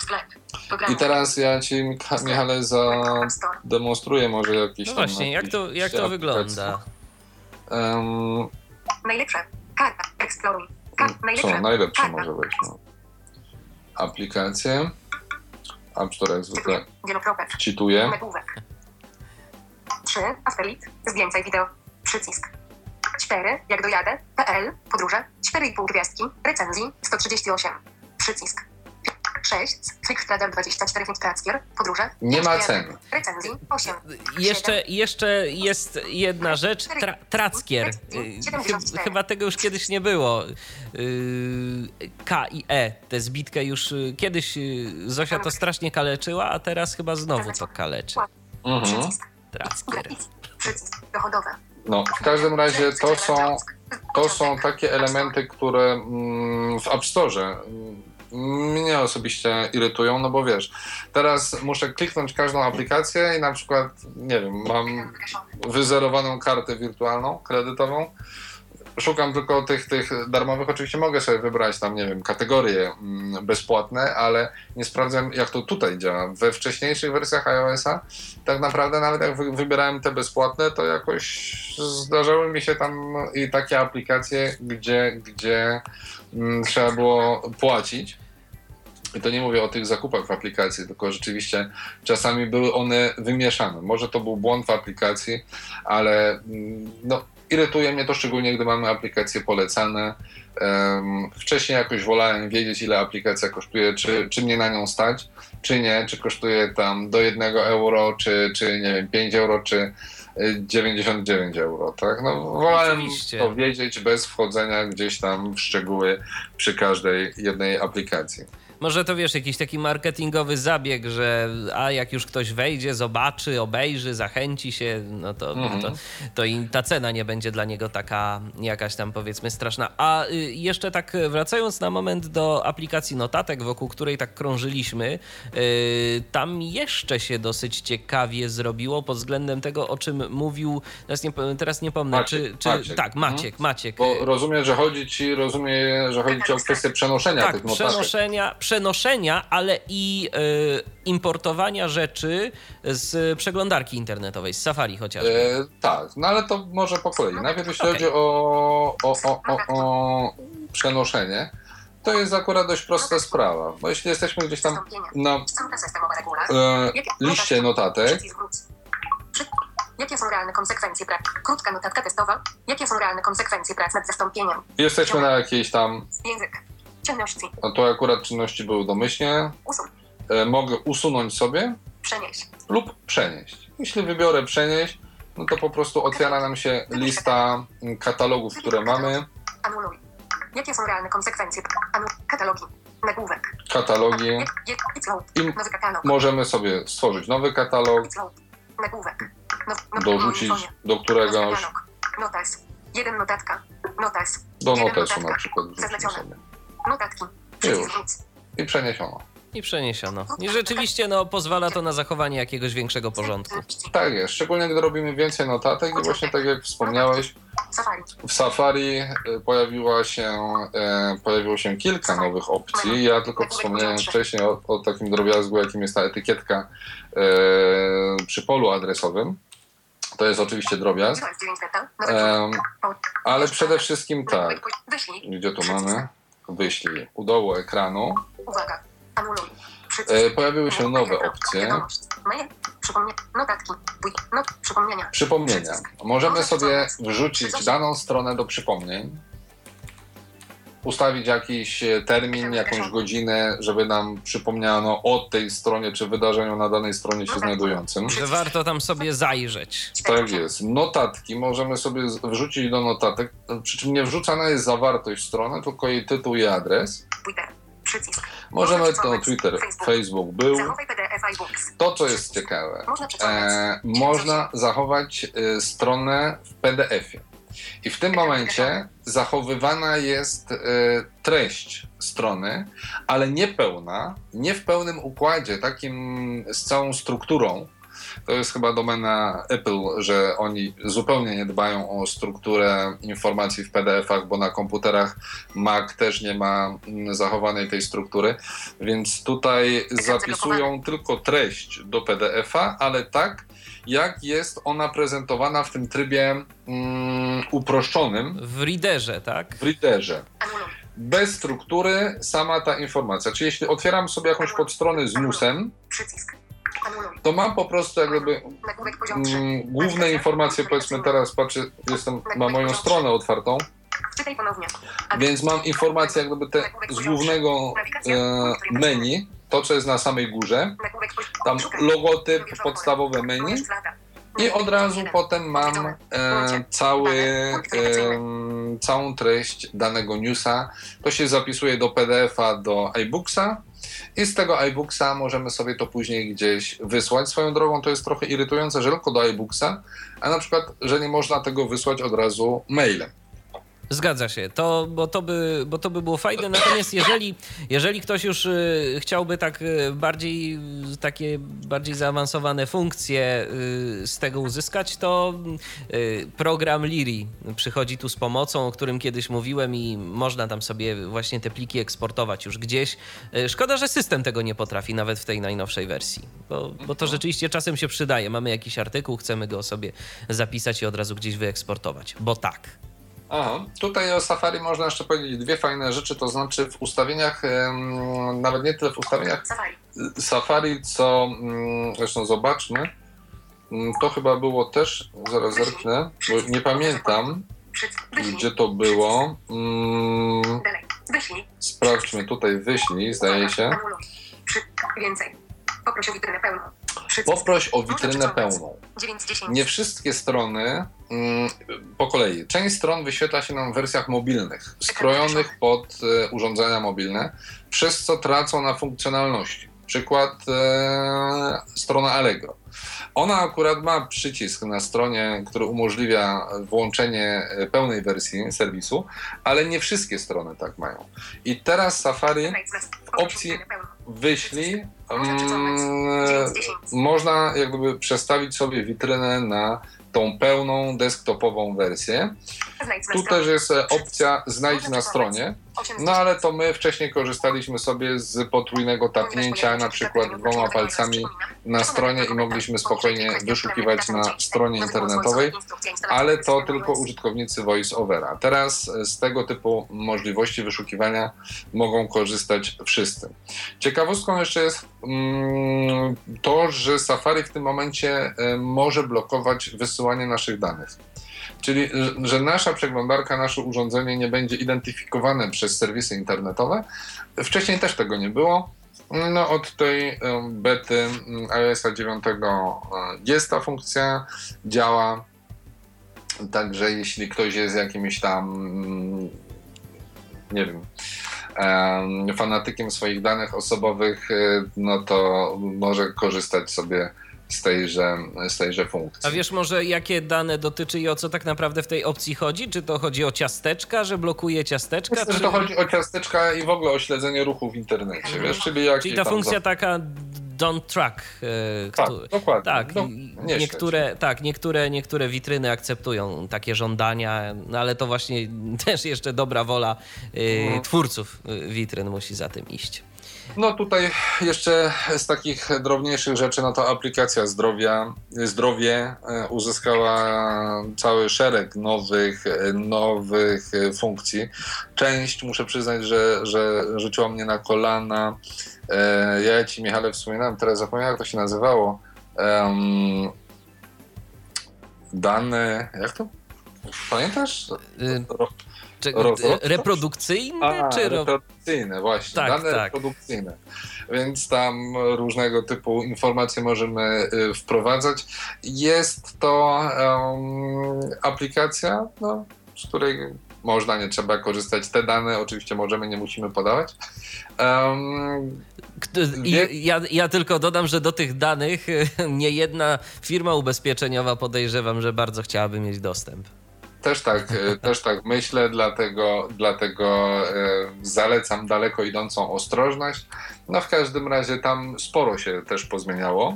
I teraz ja ci, Michale, zademonstruję może jakieś no tam... właśnie, jak to, jak to wygląda? Um, najlepsze. Karta. Exploruj. Co? Najlepsze może być. No. Aplikacje. App Store jak zwykle wczytuję. trzy. Afterlit. Zdjęcia wideo. Przycisk. cztery. Jak dojadę. P L. Podróże. cztery i pół gwiazdki. Recenzji. sto trzydzieści osiem. Przycisk. sześć, Clicktrader dwadzieścia cztery, Trackier, podróże. Nie ma ceny. Recenzji osiem. Jeszcze, jeszcze jest jedna rzecz, tra, Trackier. Y, chy- Chyba tego już kiedyś nie było. Y, K i E, tę zbitkę już y, kiedyś y, Zosia to strasznie kaleczyła, a teraz chyba znowu to kaleczy. Mhm. Przycisk. Trackier. Przycisk. Dochodowe. No, w każdym razie to są, to są takie elementy, które mm, w App Store mm, mnie osobiście irytują, no bo wiesz, teraz muszę kliknąć każdą aplikację i na przykład, nie wiem, mam wyzerowaną kartę wirtualną, kredytową, szukam tylko tych, tych darmowych, oczywiście mogę sobie wybrać tam, nie wiem, kategorie mm, bezpłatne, ale nie sprawdzam, jak to tutaj działa. We wcześniejszych wersjach iOS-a tak naprawdę nawet jak wy, wybierałem te bezpłatne, to jakoś zdarzały mi się tam i takie aplikacje, gdzie, gdzie mm, trzeba było płacić. I to nie mówię o tych zakupach w aplikacji, tylko rzeczywiście czasami były one wymieszane. Może to był błąd w aplikacji, ale mm, no, irytuje mnie to szczególnie, gdy mamy aplikacje polecane. Um, wcześniej jakoś wolałem wiedzieć, ile aplikacja kosztuje, czy, czy mnie na nią stać, czy nie, czy kosztuje tam do jednego euro, czy, czy nie wiem, pięć euro, czy dziewięćdziesiąt dziewięć euro, tak? No, wolałem Oczywiście. to wiedzieć bez wchodzenia gdzieś tam w szczegóły przy każdej jednej aplikacji. Może to wiesz, jakiś taki marketingowy zabieg, że a jak już ktoś wejdzie, zobaczy, obejrzy, zachęci się, no to, Mhm. to, to i ta cena nie będzie dla niego taka jakaś tam powiedzmy straszna. A y, jeszcze tak wracając na moment do aplikacji notatek, wokół której tak krążyliśmy, y, tam jeszcze się dosyć ciekawie zrobiło pod względem tego, o czym mówił, teraz nie, teraz nie pomnę, Maciek, czy, czy Maciek. tak, Maciek, Maciek. Bo rozumiem, że chodzi ci, rozumiem, że chodzi ci o kwestię przenoszenia Tak, tych notatek. przenoszenia, przenoszenia, ale i y, importowania rzeczy z przeglądarki internetowej, z Safari chociażby. E, tak, no ale to może po kolei. Najpierw jeśli Okej. chodzi o, o, o, o, o przenoszenie, to jest akurat dość prosta sprawa, bo jeśli jesteśmy gdzieś tam na Ściąga systemowa regula. e, liście notatek, Przycisk wróć. Przy... Jakie są realne konsekwencje prac? Krótka notatka testowa. Jakie są realne konsekwencje prac nad zastąpieniem? jesteśmy na jakiejś tam, Język. Czynności. no to akurat czynności były domyślnie, Usuń. e, mogę usunąć sobie Przenieść. lub przenieść. Jeśli wybiorę przenieść, no to po prostu otwiera nam się lista katalogów, które mamy, Anuluj. Jakie są realne konsekwencje? Anu... Katalogi. Nagłówek. katalogi Je- je- It's load. i Nowy katalog. możemy sobie stworzyć nowy katalog, It's load. Nagłówek. Now, now, dorzucić do któregoś, Notes. Jeden notatka. Notes. do Jeden notesu notatka. na przykład wrzucimy Zaznaczone. sobie Notatki. Przycisk Już. wróć. i przeniesiono. I przeniesiono. I rzeczywiście no, pozwala to na zachowanie jakiegoś większego porządku. Tak jest, szczególnie gdy robimy więcej notatek i właśnie tak jak wspomniałeś, Safari. w Safari e, pojawiła się, e, pojawiło się kilka nowych opcji. Ja tylko wspomniałem wcześniej o, o takim drobiazgu, jakim jest ta etykietka e, przy polu adresowym. To jest oczywiście drobiazg, Dziewięć dziewięć beta. Nowy Em, człowiek. O. ale przede wszystkim tak, Wyślij. gdzie tu Przycisk. mamy? Wyślij u dołu ekranu. Uwaga. Anuluj. Przycisk. E, pojawiły się nowe opcje. Wiadomość. Mail. Przypomnie. Notatki. Bój. Not. Przypomnienia. Przypomnienia. Możemy sobie wrzucić daną stronę do przypomnień, ustawić jakiś termin, jakąś godzinę, żeby nam przypomniano o tej stronie czy wydarzeniu na danej stronie się znajdującym. Że warto tam sobie zajrzeć. Tak jest. Notatki możemy sobie z- wrzucić do notatek, przy czym nie wrzucana jest zawartość strony, tylko jej tytuł i adres. Twitter. Przycisk. Możemy to Twitter, Facebook był. Zachowaj P D F iBooks. To, co jest ciekawe, Można przeczytać. e, można zachować e, stronę w P D F-ie. I w tym momencie zachowywana jest e, treść strony, ale niepełna, nie w pełnym układzie, takim z całą strukturą. To jest chyba domena Apple, że oni zupełnie nie dbają o strukturę informacji w P D F-ach, bo na komputerach Mac też nie ma mm, zachowanej tej struktury, więc tutaj zapisują tylko treść do P D F-a, ale tak, jak jest ona prezentowana w tym trybie mm, uproszczonym W readerze, tak? w readerze. Anuluj. Bez struktury sama ta informacja. Czyli jeśli otwieram sobie jakąś podstronę z newsem, Przycisk. Anuluj. to mam po prostu jak gdyby Nagłówek poziom trzy. mm, główne informacje, powiedzmy teraz patrzę, jestem, mam moją stronę otwartą, Wczytaj ponownie. więc mam informacje jak gdyby te z głównego e, menu, to, co jest na samej górze, tam logotyp, podstawowe menu i od razu potem mam e, cały, e, całą treść danego newsa. To się zapisuje do P D F-a, do iBooksa i z tego iBooksa możemy sobie to później gdzieś wysłać. Swoją drogą to jest trochę irytujące, że tylko do iBooksa, a na przykład, że nie można tego wysłać od razu mailem. Zgadza się, to, bo, to by, bo to by było fajne, natomiast jeżeli, jeżeli ktoś już y, chciałby tak y, bardziej, takie bardziej zaawansowane funkcje y, z tego uzyskać, to y, program Liri przychodzi tu z pomocą, o którym kiedyś mówiłem i można tam sobie właśnie te pliki eksportować już gdzieś. Y, szkoda, że system tego nie potrafi, nawet w tej najnowszej wersji, bo, bo to rzeczywiście czasem się przydaje. Mamy jakiś artykuł, chcemy go sobie zapisać i od razu gdzieś wyeksportować, bo tak. Aha, tutaj o Safari można jeszcze powiedzieć dwie fajne rzeczy, to znaczy w ustawieniach, nawet nie tyle w ustawieniach Safari. Safari, co zresztą zobaczmy, to chyba było też, zaraz zerknę, bo nie pamiętam, gdzie to było. Sprawdźmy tutaj, wyślij, zdaje się. Więcej. Poproś o witrynę pełną. Poproś o witrynę pełną. Nie wszystkie strony, po kolei, część stron wyświetla się nam w wersjach mobilnych, skrojonych pod urządzenia mobilne, przez co tracą na funkcjonalności. Przykład e, strona Allegro. Ona akurat ma przycisk na stronie, który umożliwia włączenie pełnej wersji serwisu, ale nie wszystkie strony tak mają. I teraz Safari w opcji wyślij um, można jak gdyby przestawić sobie witrynę na tą pełną desktopową wersję. Tu też jest opcja znajdź na stronie, no ale to my wcześniej korzystaliśmy sobie z potrójnego tapnięcia, na przykład dwoma palcami na stronie i mogliśmy spokojnie wyszukiwać na stronie internetowej, ale to tylko użytkownicy VoiceOvera. Teraz z tego typu możliwości wyszukiwania mogą korzystać wszyscy. Ciekawostką jeszcze jest mm, to, że Safari w tym momencie może blokować wysyłanie naszych danych. Czyli, że nasza przeglądarka, nasze urządzenie nie będzie identyfikowane przez serwisy internetowe. Wcześniej też tego nie było. No, od tej bety iOS dziewięć jest ta funkcja, działa. Także jeśli ktoś jest jakimś tam, nie wiem, fanatykiem swoich danych osobowych, no to może korzystać sobie z tejże, z tejże funkcji. A wiesz może, jakie dane dotyczy i o co tak naprawdę w tej opcji chodzi? Czy to chodzi o ciasteczka, że blokuje ciasteczka? Myślę, czy... że to chodzi o ciasteczka i w ogóle o śledzenie ruchu w internecie, wiesz? Czyli, Czyli ta funkcja za... taka don't track. E, tak, kto... dokładnie. Tak, no, nie niektóre, tak niektóre, niektóre witryny akceptują takie żądania, no ale to właśnie też jeszcze dobra wola e, hmm. twórców witryn musi za tym iść. No tutaj jeszcze z takich drobniejszych rzeczy, no to aplikacja zdrowia, zdrowie uzyskała cały szereg nowych, nowych funkcji. Część, muszę przyznać, że, że rzuciła mnie na kolana. Ja ci, Michale, wspominałem, teraz zapomniałem, jak to się nazywało. Um, dane, jak to? Pamiętasz? Y- Czy, reprodukcyjne? A, czy reprodukcyjne, właśnie. Tak, dane tak. reprodukcyjne. Więc tam różnego typu informacje możemy y, wprowadzać. Jest to um, aplikacja, no, z której można, nie trzeba korzystać. Te dane oczywiście możemy, nie musimy podawać. Um, I, ja, ja tylko dodam, że do tych danych nie jedna firma ubezpieczeniowa, podejrzewam, że bardzo chciałaby mieć dostęp. Też tak, też tak myślę, dlatego, dlatego zalecam daleko idącą ostrożność. No w każdym razie tam sporo się też pozmieniało.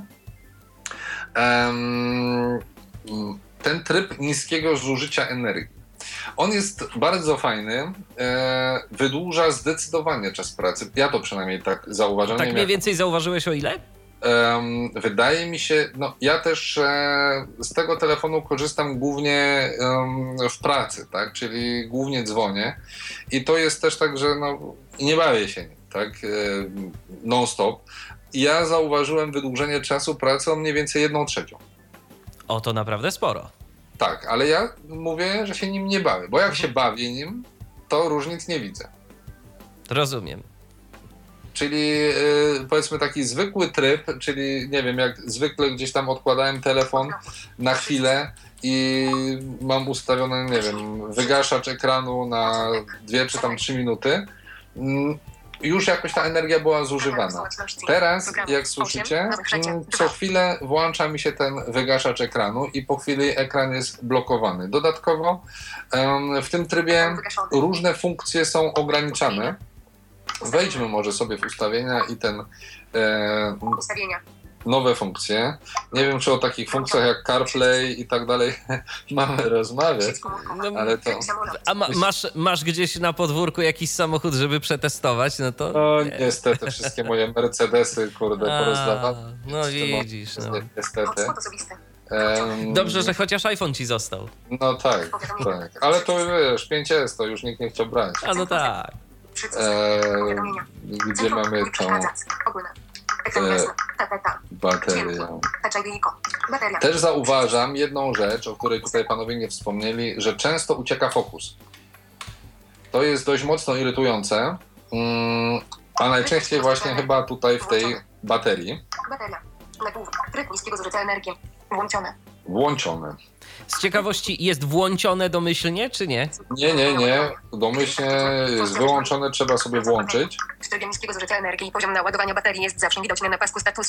Ten tryb niskiego zużycia energii. On jest bardzo fajny, wydłuża zdecydowanie czas pracy. Ja to przynajmniej tak zauważam. Tak mniej więcej zauważyłeś o ile? Um, wydaje mi się, no ja też e, z tego telefonu korzystam głównie um, w pracy, tak, czyli głównie dzwonię i to jest też tak, że no, nie bawię się nim, tak, e, non-stop. Ja zauważyłem wydłużenie czasu pracy o mniej więcej jedną trzecią. O, to naprawdę sporo. Tak, ale ja mówię, że się nim nie bawię, bo jak się bawię nim, to różnic nie widzę. Rozumiem. czyli yy, powiedzmy taki zwykły tryb, czyli nie wiem, jak zwykle gdzieś tam odkładałem telefon na chwilę i mam ustawiony, nie wiem, wygaszacz ekranu na dwie czy tam trzy minuty. Yy, już jakoś ta energia była zużywana. Teraz, jak słyszycie, co chwilę włącza mi się ten wygaszacz ekranu i po chwili ekran jest blokowany. Dodatkowo w tym trybie różne funkcje są ograniczane. Wejdźmy może sobie w ustawienia i ten e, Ustawienia. nowe funkcje. Nie wiem, czy o takich funkcjach jak CarPlay i tak dalej mamy rozmawiać, No, ale to... a ma, masz, masz gdzieś na podwórku jakiś samochód, żeby przetestować? No to... No niestety wszystkie moje Mercedesy, kurde, A, porozdawane. no widzisz. No. Niestety. Hotspot osobisty. Em, Dobrze, że chociaż iPhone ci został. No tak, tak. Ale to wiesz, pięć S to już nikt nie chciał brać. A no tak. Przycisk. Eee, Powiadomienia. gdzie Centrum. mamy Nie tą przeszkadzać. Ogólne. Ekran e, jasny. Ta, ta, ta. baterię. Touch I D iko. Bateria. Też zauważam jedną rzecz, o której tutaj panowie nie wspomnieli, że często ucieka fokus. To jest dość mocno irytujące, mm, a najczęściej właśnie chyba tutaj w tej baterii. Bateria. Nagłówek. Tryb niskiego zużycia energii. Włączone. Włączone. Z ciekawości, jest włączone domyślnie, czy nie? Nie, nie, nie. Domyślnie jest wyłączone, trzeba sobie włączyć. W trybie niskiego zużycia energii poziom naładowania baterii jest zawsze widoczny na pasku statusu.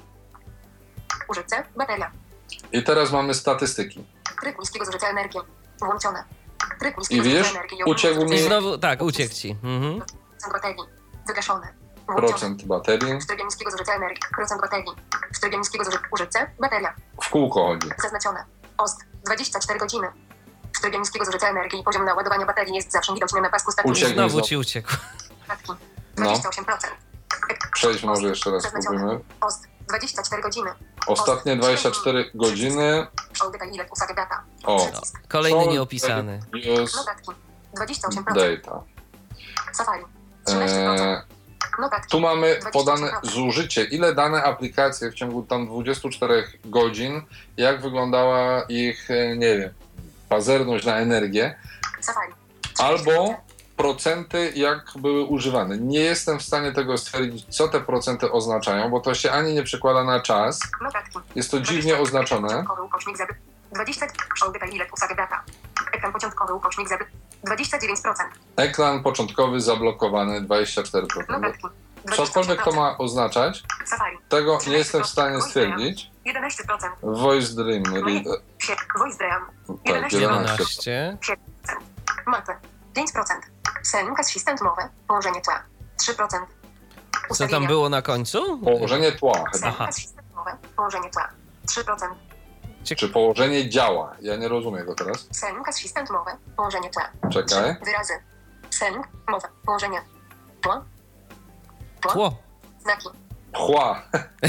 Użycie. Bateria. I teraz mamy statystyki. Tryb niskiego zużycia energii. Włączone. Tryb I niskiego widzisz, zużycia energii. uciekł I mi znowu, tak, uciekł ci. Mhm. Procent baterii. Wygaszone. Włączone. procent baterii. W trybie niskiego zużycia energii. Procent baterii. W trybie niskiego zużycia. Użycie. Bateria. W kółko chodzi. Zaznaczone. O S T. dwadzieścia cztery godziny. W trybie niskiego zużycia energii poziom naładowania baterii jest zawsze widoczny na pasku statusu. Uciekł. Znowu ci uciekł. Matki. No. dwadzieścia osiem procent. Przejdź może jeszcze raz, Zaznaczone. spróbujmy. O S T. dwadzieścia cztery godziny. Ostatnie dwadzieścia cztery godziny. Shoulder ile usady data. O. Przycisk. Kolejny Show nieopisany. Jest Notatki. dwadzieścia osiem procent. data. Safari. trzynaście procent. Eee, Notatki. tu mamy dwadzieścia osiem podane procent. zużycie, ile dane aplikacje w ciągu tam dwudziestu czterech godzin, jak wyglądała ich, e, nie wiem, pazerność na energię, Safari. albo procenty, jak były używane. Nie jestem w stanie tego stwierdzić, co te procenty oznaczają, bo to się ani nie przekłada na czas, Notatki. jest to dziwnie oznaczone. Początkowy ukośnik zabyt. dwadzieścia. Shoulder ile usady data. Ekran początkowy ukośnik zabyt. dwadzieścia dziewięć procent. Ekran początkowy zablokowany dwadzieścia cztery procent. Notatki. Cokolwiek to ma oznaczać, Safari. tego nie jestem w stanie stwierdzić. jedenaście procent. Voice Dream, re- Sie- Voice Dream. tak, jedenaście jedenaście. jedenaście. Mapy. pięć procent. Sync assistant mowy. Położenie tła. trzy procent. Co tam było na końcu? Położenie tła chyba. Aha. Sync assistant mowy. Położenie tła. trzy procent. Czy położenie działa? Ja nie rozumiem go teraz. Sync assistant mowy. Położenie tła. Czekaj. Wyrazy. Sync. Mowa. Położenie. Tła. Tła. Tło. Znaki. Chła.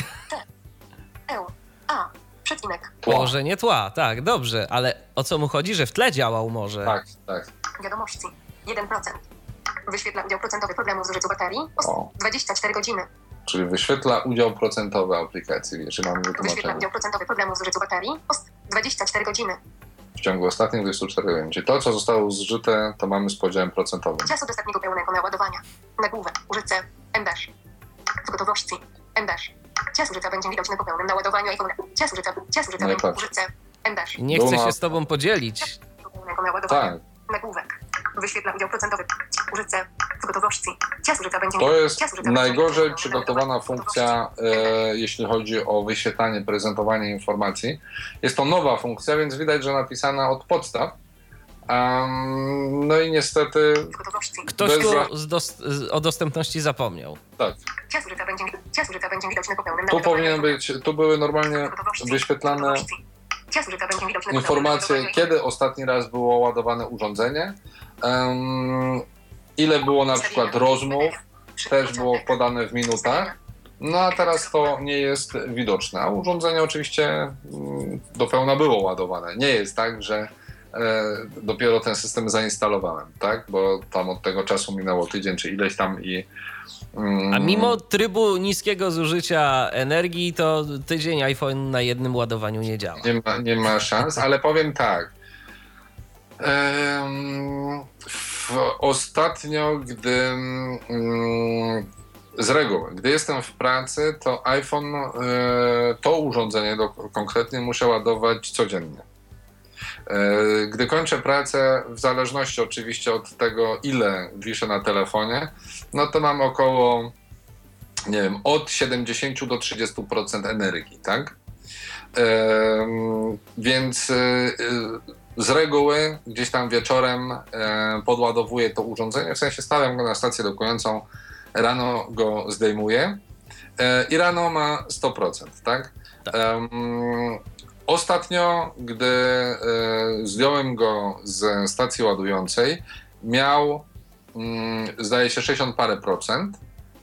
E. A. Przecinek. Tła. Położenie tła, tak, dobrze, ale o co mu chodzi, że w tle działał może? Tak, tak. Wiadomości. jeden procent. Wyświetla udział procentowy problemów w zużyciu baterii. O. dwadzieścia cztery godziny. Czyli wyświetla udział procentowy aplikacji, jeżeli mamy Wyświetla wytłumaczenie. udział procentowy problemów w zużyciu baterii. Post. dwadzieścia cztery godziny. W ciągu ostatnich dwudziestu czterech godzin. Czyli to, co zostało zużyte, to mamy z podziałem procentowym. Czas od ostatniego pełnego naładowania. Nagłówek. Użycie. Embesz. W gotowości. Embesz. Czas użycia będzie widoczny po pełnym naładowaniu iPhone. Czas użycia. Czas użycia. Nie patrz. Użycie. Embesz. Nie chcę Duma. się z tobą podzielić. Po pełnego naładowania. Tak, Nagłówek. Wyświetla udział procentowy. Użycie. W gotowości. Czas użycia będzie to jest czas użycia będzie najgorzej widoczny po przygotowana pełnym naładowaniu. funkcja, e, jeśli chodzi o wyświetlanie, prezentowanie informacji. Jest to nowa funkcja, więc widać, że napisana od podstaw. Um, no i niestety, W gotowości. Ktoś Bez za- tu z dos- z- o dostępności zapomniał. tak, Czas użycia będzie, czas użycia będzie widoczny po pełnym tu naładowaniu. powinien być, tu były normalnie wyświetlane Czas użycia będzie widoczny po pełnym informacje, naładowaniu. kiedy ostatni raz było ładowane urządzenie, um, ile było na przykład rozmów, też było podane w minutach. No a teraz to nie jest widoczne. A urządzenie oczywiście mm, do pełna było ładowane. Nie jest tak, że e, dopiero ten system zainstalowałem, tak? Bo tam od tego czasu minęło tydzień czy ileś tam i... Mm, A mimo trybu niskiego zużycia energii, to tydzień iPhone na jednym ładowaniu nie działa. Nie ma, nie ma szans, ale powiem tak. Em, w, ostatnio, gdy mm, z reguły, gdy jestem w pracy, to iPhone, y, to urządzenie do, konkretnie muszę ładować codziennie. Y, gdy kończę pracę, w zależności oczywiście od tego, ile wiszę na telefonie, no to mam około, nie wiem, od siedemdziesiąt do trzydziestu procent energii, tak? Y, więc y, y, z reguły gdzieś tam wieczorem y, podładowuję to urządzenie, w sensie stawiam go na stację dokującą, rano go zdejmuję e, i rano ma sto procent, tak? tak. Um, ostatnio, gdy e, zdjąłem go ze stacji ładującej, miał, mm, zdaje się, sześćdziesiąt parę procent,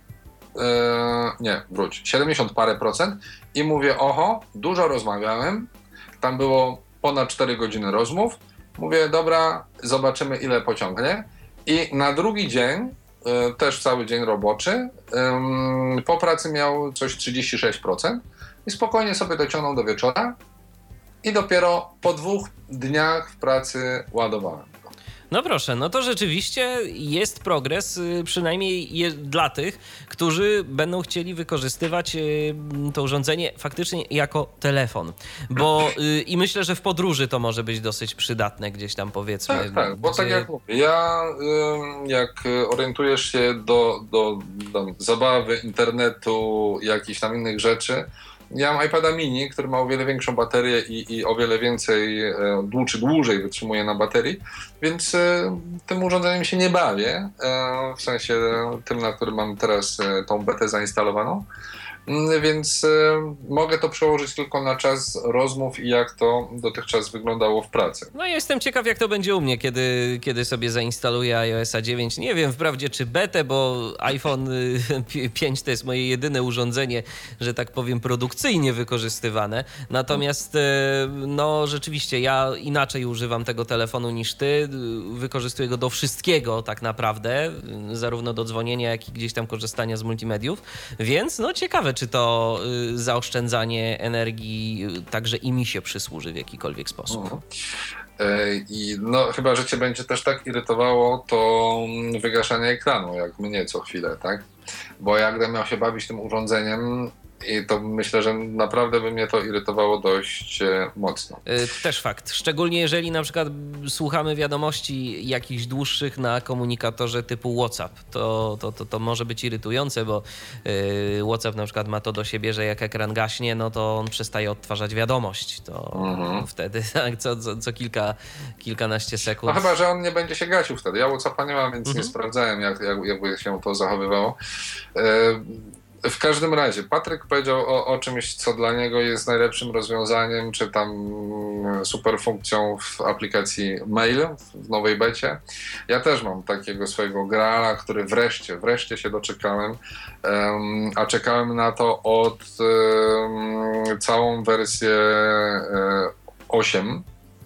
e, nie, wróć, siedemdziesiąt parę procent i mówię, oho, dużo rozmawiałem, tam było ponad cztery godziny rozmów, mówię, dobra, zobaczymy, ile pociągnie, i na drugi dzień, też cały dzień roboczy, po pracy miał coś trzydzieści sześć procent i spokojnie sobie dociągnął do wieczora i dopiero po dwóch dniach w pracy ładowałem. No proszę, no to rzeczywiście jest progres, przynajmniej je, dla tych, którzy będą chcieli wykorzystywać y, to urządzenie faktycznie jako telefon. Bo y, i myślę, że w podróży to może być dosyć przydatne gdzieś tam, powiedzmy. Tak, tak, bo gdzie... tak jak mówię, ja y, jak orientujesz się do, do, do zabawy, internetu, jakichś tam innych rzeczy, ja mam iPada mini, który ma o wiele większą baterię i, i o wiele więcej, dłu, czy dłużej wytrzymuje na baterii, więc e, tym urządzeniem się nie bawię, e, w sensie tym, na którym mam teraz e, tą betę zainstalowaną, e, więc e, mogę to przełożyć tylko na czas rozmów i jak to dotychczas wyglądało w pracy. No jestem ciekaw, jak to będzie u mnie, kiedy, kiedy sobie zainstaluję iOS dziewięć. Nie wiem wprawdzie, czy betę, bo iPhone pięć to jest moje jedyne urządzenie, że tak powiem, produkcyjnie wykorzystywane. Natomiast no rzeczywiście ja inaczej używam tego telefonu niż ty. Wykorzystuję go do wszystkiego tak naprawdę, zarówno do dzwonienia, jak i gdzieś tam korzystania z multimediów. Więc no ciekawe, czy to zaoszczędzanie energii także i mi się przysłuży w jakikolwiek sposób. Mhm. I no chyba, że cię będzie też tak irytowało to wygaszanie ekranu, jak mnie co chwilę, tak? Bo jak gdybym miał się bawić tym urządzeniem, i to myślę, że naprawdę by mnie to irytowało dość mocno. Też fakt. Szczególnie jeżeli na przykład słuchamy wiadomości jakichś dłuższych na komunikatorze typu WhatsApp, to, to, to, to może być irytujące, bo WhatsApp na przykład ma to do siebie, że jak ekran gaśnie, no to on przestaje odtwarzać wiadomość. To mhm. wtedy tak, co, co, co kilka, kilkanaście sekund. No chyba, że on nie będzie się gasił wtedy. Ja WhatsAppa nie mam, więc mhm. nie sprawdzałem, jak, jak, jakby się to zachowywało. W każdym razie, Patryk powiedział o, o czymś, co dla niego jest najlepszym rozwiązaniem, czy tam super funkcją w aplikacji Mail w nowej becie. Ja też mam takiego swojego graala, który wreszcie, wreszcie się doczekałem, um, a czekałem na to od um, całą wersję um, osiem,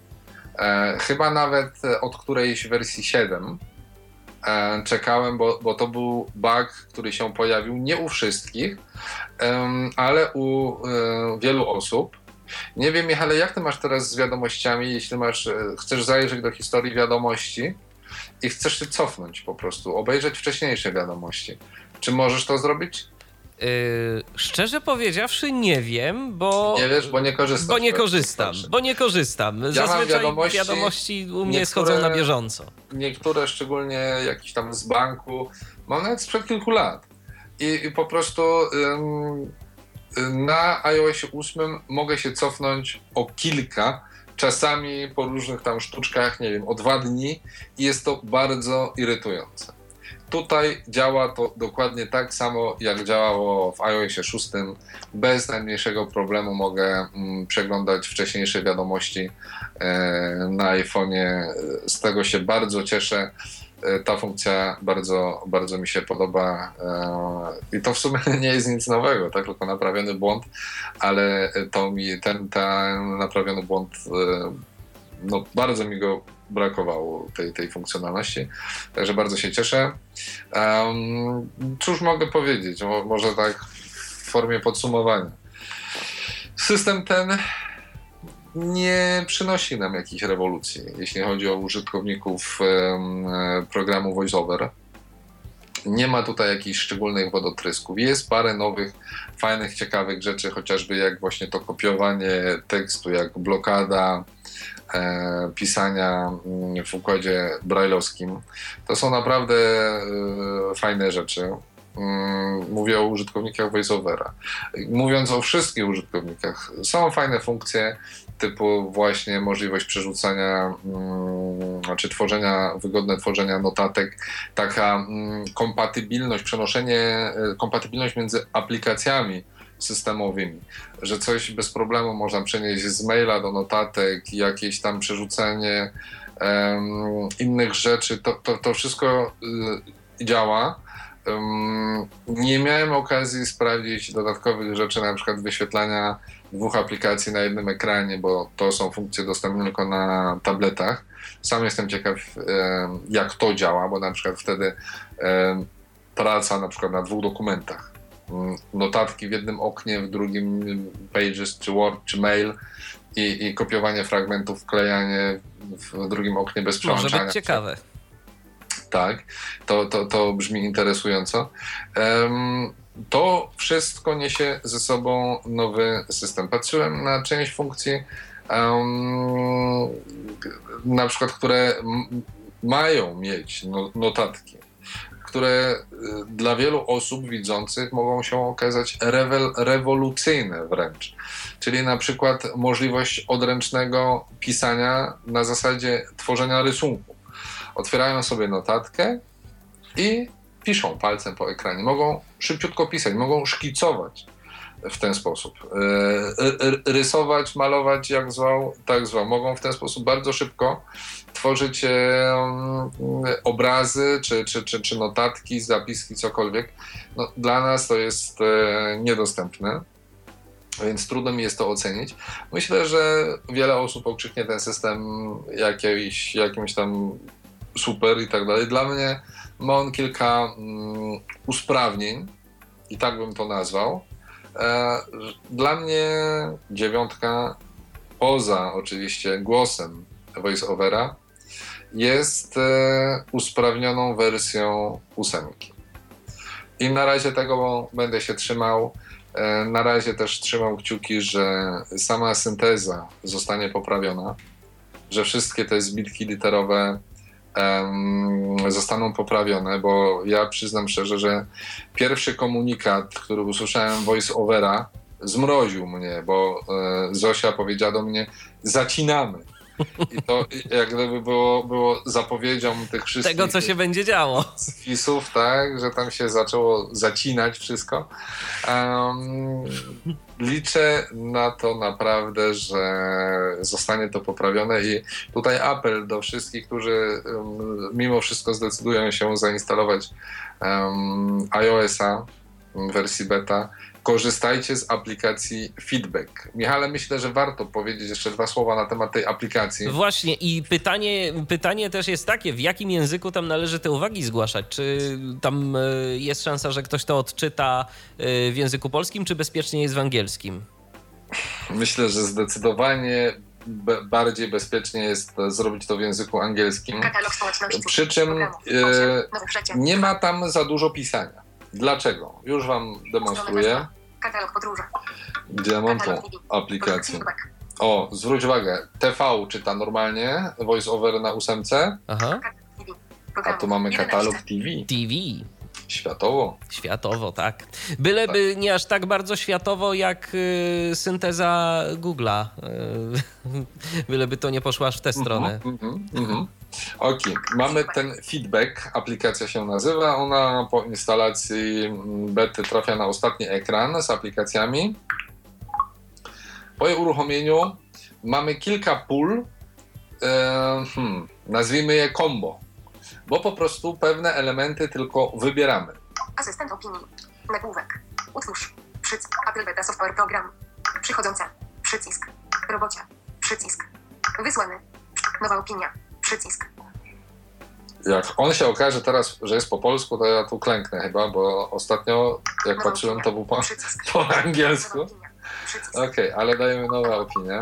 e, chyba nawet od którejś wersji siedem. Czekałem, bo, bo to był bug, który się pojawił nie u wszystkich, um, ale u um, wielu osób. Nie wiem, Michale, jak ty masz teraz z wiadomościami, jeśli masz, chcesz zajrzeć do historii wiadomości i chcesz się cofnąć po prostu, obejrzeć wcześniejsze wiadomości. Czy możesz to zrobić? Yy, szczerze powiedziawszy nie wiem, bo... Nie wiesz, bo nie korzystasz. Bo nie korzystam, bo nie korzystam. Ja Zazwyczaj wiadomości, wiadomości u mnie niektóre, schodzą na bieżąco. Niektóre, szczególnie jakieś tam z banku, mam nawet sprzed kilku lat. I, i po prostu ym, na iOSie ósmym mogę się cofnąć o kilka, czasami po różnych tam sztuczkach, nie wiem, o dwa dni i jest to bardzo irytujące. Tutaj działa to dokładnie tak samo, jak działało w iOSie szóstym. Bez najmniejszego problemu mogę mm, przeglądać wcześniejsze wiadomości e, na iPhone'ie. Z tego się bardzo cieszę. E, ta funkcja bardzo, bardzo mi się podoba. E, I to w sumie nie jest nic nowego, tak? Tylko naprawiony błąd, ale to mi, ten, ten naprawiony błąd, e, no bardzo mi go brakowało tej, tej funkcjonalności, także bardzo się cieszę. Um, cóż mogę powiedzieć? Mo, może tak w formie podsumowania. System ten nie przynosi nam jakichś rewolucji, jeśli chodzi o użytkowników um, programu VoiceOver. Nie ma tutaj jakichś szczególnych wodotrysków. Jest parę nowych, fajnych, ciekawych rzeczy, chociażby jak właśnie to kopiowanie tekstu, jak blokada e, pisania w układzie brajlowskim. To są naprawdę e, fajne rzeczy. Mówię o użytkownikach VoiceOvera. Mówiąc o wszystkich użytkownikach, są fajne funkcje typu właśnie możliwość przerzucania czy tworzenia, wygodne tworzenia notatek, taka kompatybilność, przenoszenie, kompatybilność między aplikacjami systemowymi, że coś bez problemu można przenieść z maila do notatek, jakieś tam przerzucenie um, innych rzeczy, to, to, to wszystko y, działa. Nie miałem okazji sprawdzić dodatkowych rzeczy, na przykład wyświetlania dwóch aplikacji na jednym ekranie, bo to są funkcje dostępne tylko na tabletach. Sam jestem ciekaw, jak to działa, bo na przykład wtedy praca na przykład na dwóch dokumentach, notatki w jednym oknie, w drugim Pages, czy Word, czy Mail i, i kopiowanie fragmentów, wklejanie w drugim oknie bez przełączania. Może być ciekawe. Tak, to, to, to brzmi interesująco. Um, to wszystko niesie ze sobą nowy system. Patrzyłem na część funkcji, um, na przykład, które m- mają mieć no, notatki, które dla wielu osób widzących mogą się okazać rewel- rewolucyjne wręcz. Czyli na przykład możliwość odręcznego pisania na zasadzie tworzenia rysunku. Otwierają sobie notatkę i piszą palcem po ekranie. Mogą szybciutko pisać, mogą szkicować w ten sposób. Rysować, malować, jak zwał, tak zwał. Mogą w ten sposób bardzo szybko tworzyć obrazy, czy, czy, czy, czy notatki, zapiski, cokolwiek. No, dla nas to jest niedostępne, więc trudno mi jest to ocenić. Myślę, że wiele osób okrzyknie ten system jakimś, jakimś tam super i tak dalej. Dla mnie ma on kilka mm, usprawnień i tak bym to nazwał. E, dla mnie dziewiątka, poza oczywiście głosem VoiceOvera, jest e, usprawnioną wersją ósemki. I na razie tego będę się trzymał. E, na razie też trzymam kciuki, że sama synteza zostanie poprawiona, że wszystkie te zbitki literowe zostaną poprawione, bo ja przyznam szczerze, że pierwszy komunikat, który usłyszałem VoiceOvera, zmroził mnie, bo Zosia powiedziała do mnie: zacinamy. I to jak gdyby było, było zapowiedzią tych wszystkich... Tego, co się będzie działo. Spisów, tak, że tam się zaczęło zacinać wszystko. Um, liczę na to naprawdę, że zostanie to poprawione i tutaj apel do wszystkich, którzy um, mimo wszystko zdecydują się zainstalować um, iOS-a w wersji beta. Korzystajcie z aplikacji Feedback. Michale, myślę, że warto powiedzieć jeszcze dwa słowa na temat tej aplikacji. Właśnie i pytanie, pytanie też jest takie, w jakim języku tam należy te uwagi zgłaszać? Czy tam jest szansa, że ktoś to odczyta w języku polskim, czy bezpiecznie jest w angielskim? Myślę, że zdecydowanie be- bardziej bezpiecznie jest zrobić to w języku angielskim. Przy czym e, nie ma tam za dużo pisania. Dlaczego? Już wam demonstruję. Katalog podróży. Gdzie ja mam tą aplikację? O, zwróć uwagę, T V czyta normalnie, VoiceOver na ósemce, Aha. a tu mamy katalog T V. T V. Światowo. Światowo, tak. Byleby tak. Nie aż tak bardzo światowo jak y, synteza Google'a. Y, byleby to nie poszło aż w tę stronę. Mm-hmm, mm-hmm. Okej, okay. Mamy ten Feedback, aplikacja się nazywa. Ona po instalacji bety trafia na ostatni ekran z aplikacjami. Po jej uruchomieniu mamy kilka pól, e, hmm, nazwijmy je combo, bo po prostu pewne elementy tylko wybieramy. Asystent opinii, nagłówek, utwórz, przycisk, Apple Beta Software Program, przychodzące, przycisk, robocie, przycisk, wysłany, nowa opinia, przycisk. Jak on się okaże teraz, że jest po polsku, to ja tu klęknę chyba, bo ostatnio jak nowa patrzyłem, opinia, to był po, po angielsku. Okej, okay, ale dajemy nowa opinia.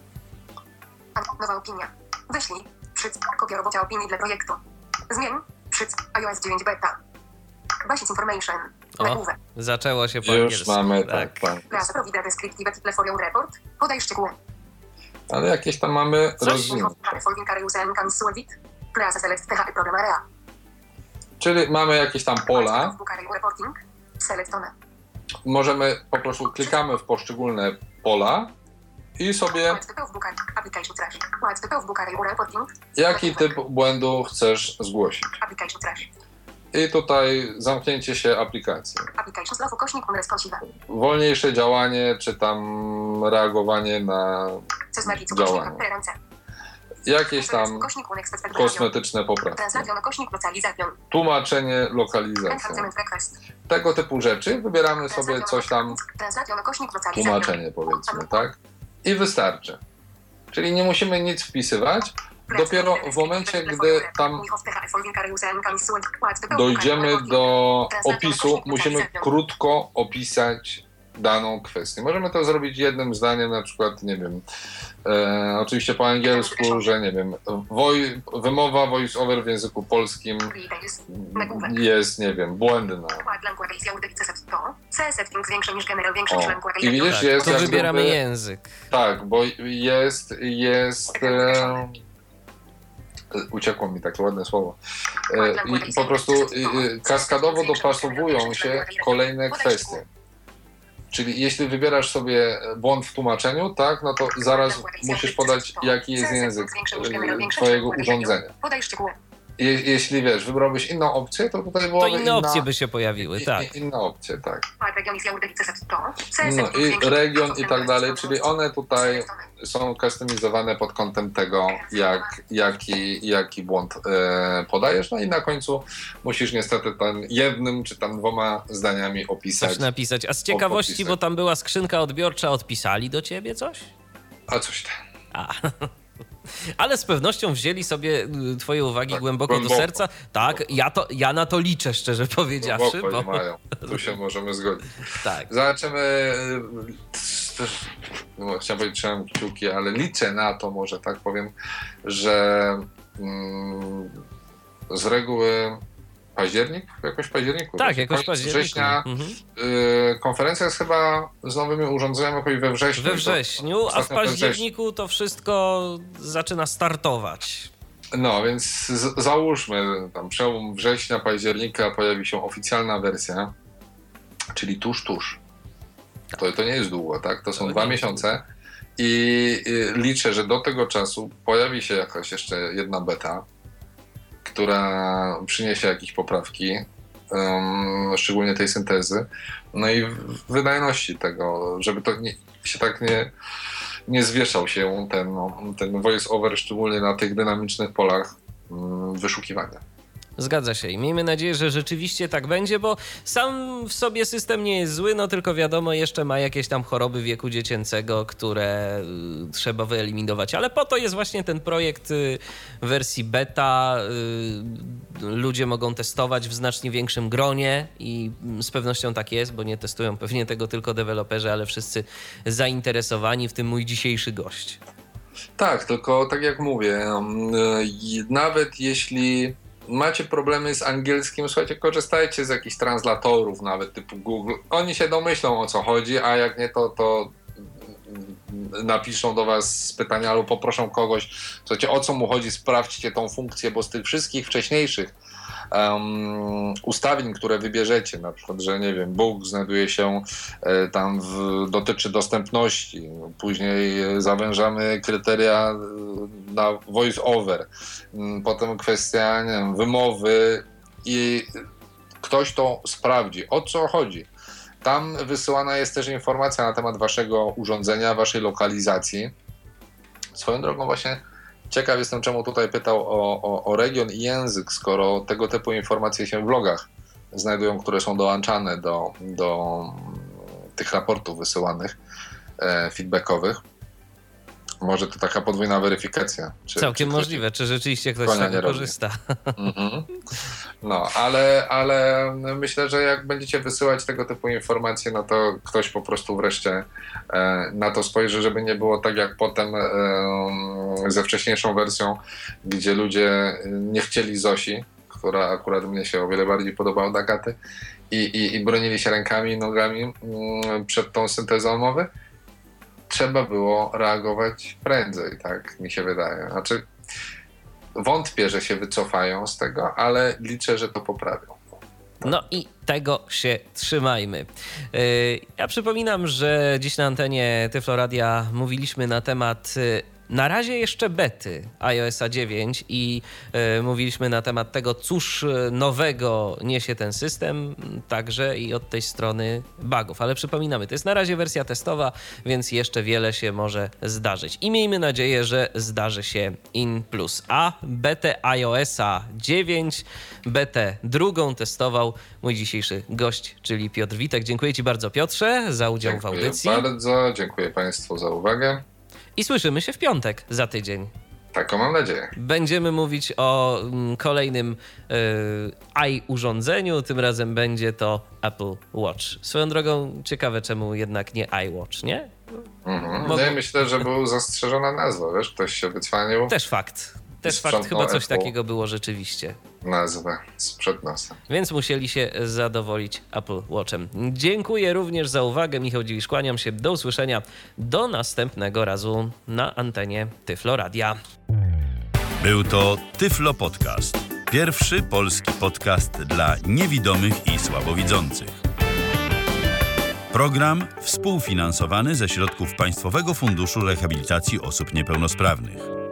Nowa opinia. Wyślij. Przycisk. Kopia robocia opinii dla projektu. Zmień. Przycisk. iOS dziewięć beta. Basic information. O, Nagłówek. zaczęło się po Już angielsku. mamy, tak, tak. Class provide descriptive title for your report. Podaj szczegóły. Ale jakieś tam mamy Coś- rozwinięcie. Following are used and can solve it. Class select T H program area. Czyli mamy jakieś tam pola. Book array reporting. Select one. Możemy po prostu klikamy w poszczególne pola i sobie White type of book array. Application trash. White type of book array reporting. jaki typ błędu chcesz zgłosić. Application trash. I tutaj zamknięcie się aplikacji. Application slow ukośnik unresponsive. Wolniejsze działanie, czy tam reagowanie na Cesnaki działanie. ukośnik preferencje. jakieś tam Ukośnik unexpected kosmetyczne poprawki. Translation ukośnik lokalizacjon. Tłumaczenie, lokalizacja. Enhancement request. Tego typu rzeczy. Wybieramy sobie coś tam, Translation ukośnik lokalizacjon. tłumaczenie powiedzmy, tak? I wystarczy. Czyli nie musimy nic wpisywać. Dopiero w momencie, gdy tam dojdziemy do opisu, musimy krótko opisać daną kwestię. Możemy to zrobić jednym zdaniem, na przykład, nie wiem, e, oczywiście po angielsku, że nie wiem, woj, wymowa voice over w języku polskim jest, nie wiem, błędna. O, i widzisz, Tak, jest to jak wybieramy gdyby- język. Tak, bo jest, jest, e, uciekło mi takie ładne słowo. E, I po prostu e, kaskadowo dopasowują się kolejne kwestie. Czyli jeśli wybierasz sobie błąd w tłumaczeniu, tak, no to zaraz musisz podać, jaki jest język e, twojego urządzenia. Podaj szczegóły. Je, jeśli wiesz, wybrałbyś inną opcję, to tutaj To byłaby inne inna, opcje by się pojawiły, i- tak. i- Inne opcje, tak. Region No i region i tak dalej, czyli one tutaj są kustomizowane pod kątem tego, jak, jaki, jaki błąd e, podajesz, no i na końcu musisz niestety tam jednym czy tam dwoma zdaniami opisać. Coś napisać. A z ciekawości, podpisać. bo tam była skrzynka odbiorcza, odpisali do ciebie coś? A coś tam. A. Ale z pewnością wzięli sobie y, twoje uwagi Tak, głęboko, głęboko. do serca. Tak, ja, to, ja na to liczę, szczerze powiedziawszy. Głęboko Bo... nie mają. Tu się możemy zgodzić. Tak. Zobaczymy. No, chciałem powiedzieć, trzymam kciuki, ale liczę na to, może tak powiem, że mm, z reguły październik, jakoś październiku? Tak, właśnie, jakoś koniec październiku. września. Mhm. Y, konferencja jest chyba z nowymi urządzeniami jakoś we wrześniu. We wrześniu, a w Ostatnio we wrześniu. październiku to wszystko zaczyna startować. No, więc z, załóżmy, tam przełom września, października pojawi się oficjalna wersja, czyli tuż, tuż. To, to nie jest długo, tak? To są To dwa nie jest miesiące i y, liczę, że do tego czasu pojawi się jakaś jeszcze jedna beta, która przyniesie jakieś poprawki, um, szczególnie tej syntezy, no i w- wydajności tego, żeby to nie, się tak nie, nie zwieszał się ten, no, ten voice over, szczególnie na tych dynamicznych polach um, wyszukiwania. Zgadza się i miejmy nadzieję, że rzeczywiście tak będzie, bo sam w sobie system nie jest zły, no tylko wiadomo, jeszcze ma jakieś tam choroby wieku dziecięcego, które y, trzeba wyeliminować, ale po to jest właśnie ten projekt y, w wersji beta. Y, ludzie mogą testować w znacznie większym gronie i mm, z pewnością tak jest, bo nie testują pewnie tego tylko deweloperzy, ale wszyscy zainteresowani, w tym mój dzisiejszy gość. Tak, tylko tak jak mówię, um, y, nawet jeśli macie problemy z angielskim, słuchajcie, korzystajcie z jakichś translatorów nawet typu Google. Oni się domyślą, o co chodzi, a jak nie, to, to napiszą do was z pytania albo poproszą kogoś, słuchajcie, o co mu chodzi, sprawdźcie tą funkcję, bo z tych wszystkich wcześniejszych um, ustawień, które wybierzecie, na przykład, że nie wiem, Bóg znajduje się e, tam, w, dotyczy dostępności, później zawężamy kryteria e, na voice over, m, potem kwestia, nie wiem, wymowy i ktoś to sprawdzi, o co chodzi. Tam wysyłana jest też informacja na temat waszego urządzenia, waszej lokalizacji. Swoją drogą właśnie ciekaw jestem, czemu tutaj pytał o, o, o region i język, skoro tego typu informacje się w blogach znajdują, które są dołączane do, do tych raportów wysyłanych, e, feedbackowych. Może to taka podwójna weryfikacja. Czy, Całkiem czy ktoś- możliwe, czy rzeczywiście ktoś konia z nie tego robi. korzysta. Mhm. No, ale, ale myślę, że jak będziecie wysyłać tego typu informacje, no to ktoś po prostu wreszcie e, na to spojrzy, żeby nie było tak jak potem e, ze wcześniejszą wersją, gdzie ludzie nie chcieli Zosi, która akurat mnie się o wiele bardziej podobała od Agaty, i, i, i bronili się rękami i nogami mm, przed tą syntezą mowy, trzeba było reagować prędzej, tak mi się wydaje. Znaczy, wątpię, że się wycofają z tego, ale liczę, że to poprawią. No i tego się trzymajmy. Yy, ja przypominam, że dziś na antenie Tyflo Radia mówiliśmy na temat yy, na razie jeszcze bety iOS dziewięć i yy, mówiliśmy na temat tego, cóż nowego niesie ten system, także i od tej strony bugów. Ale przypominamy, to jest na razie wersja testowa, więc jeszcze wiele się może zdarzyć. I miejmy nadzieję, że zdarzy się in plus. A betę iOS dziewięć, betę drugą testował mój dzisiejszy gość, czyli Piotr Witek. Dziękuję Ci bardzo, Piotrze, za udział Dziękuję w audycji. bardzo, dziękuję Państwu za uwagę. I słyszymy się w piątek za tydzień. Taką mam nadzieję. Będziemy mówić o mm, kolejnym y, i-urządzeniu. Tym razem będzie to Apple Watch. Swoją drogą ciekawe, czemu jednak nie iWatch, nie? Mhm. Bo- Nie, myślę, że był zastrzeżona nazwa, wiesz, ktoś się wycwanił. Też fakt. Też Sprzątnął fakt, chyba coś Apple. takiego było rzeczywiście. Nazwę sprzed nosa. Więc musieli się zadowolić Apple Watchem. Dziękuję również za uwagę. Michał Dziwisz, kłaniam się. Do usłyszenia. Do następnego razu na antenie Tyflo Radia. Był to Tyflo Podcast. Pierwszy polski podcast dla niewidomych i słabowidzących. Program współfinansowany ze środków Państwowego Funduszu Rehabilitacji Osób Niepełnosprawnych.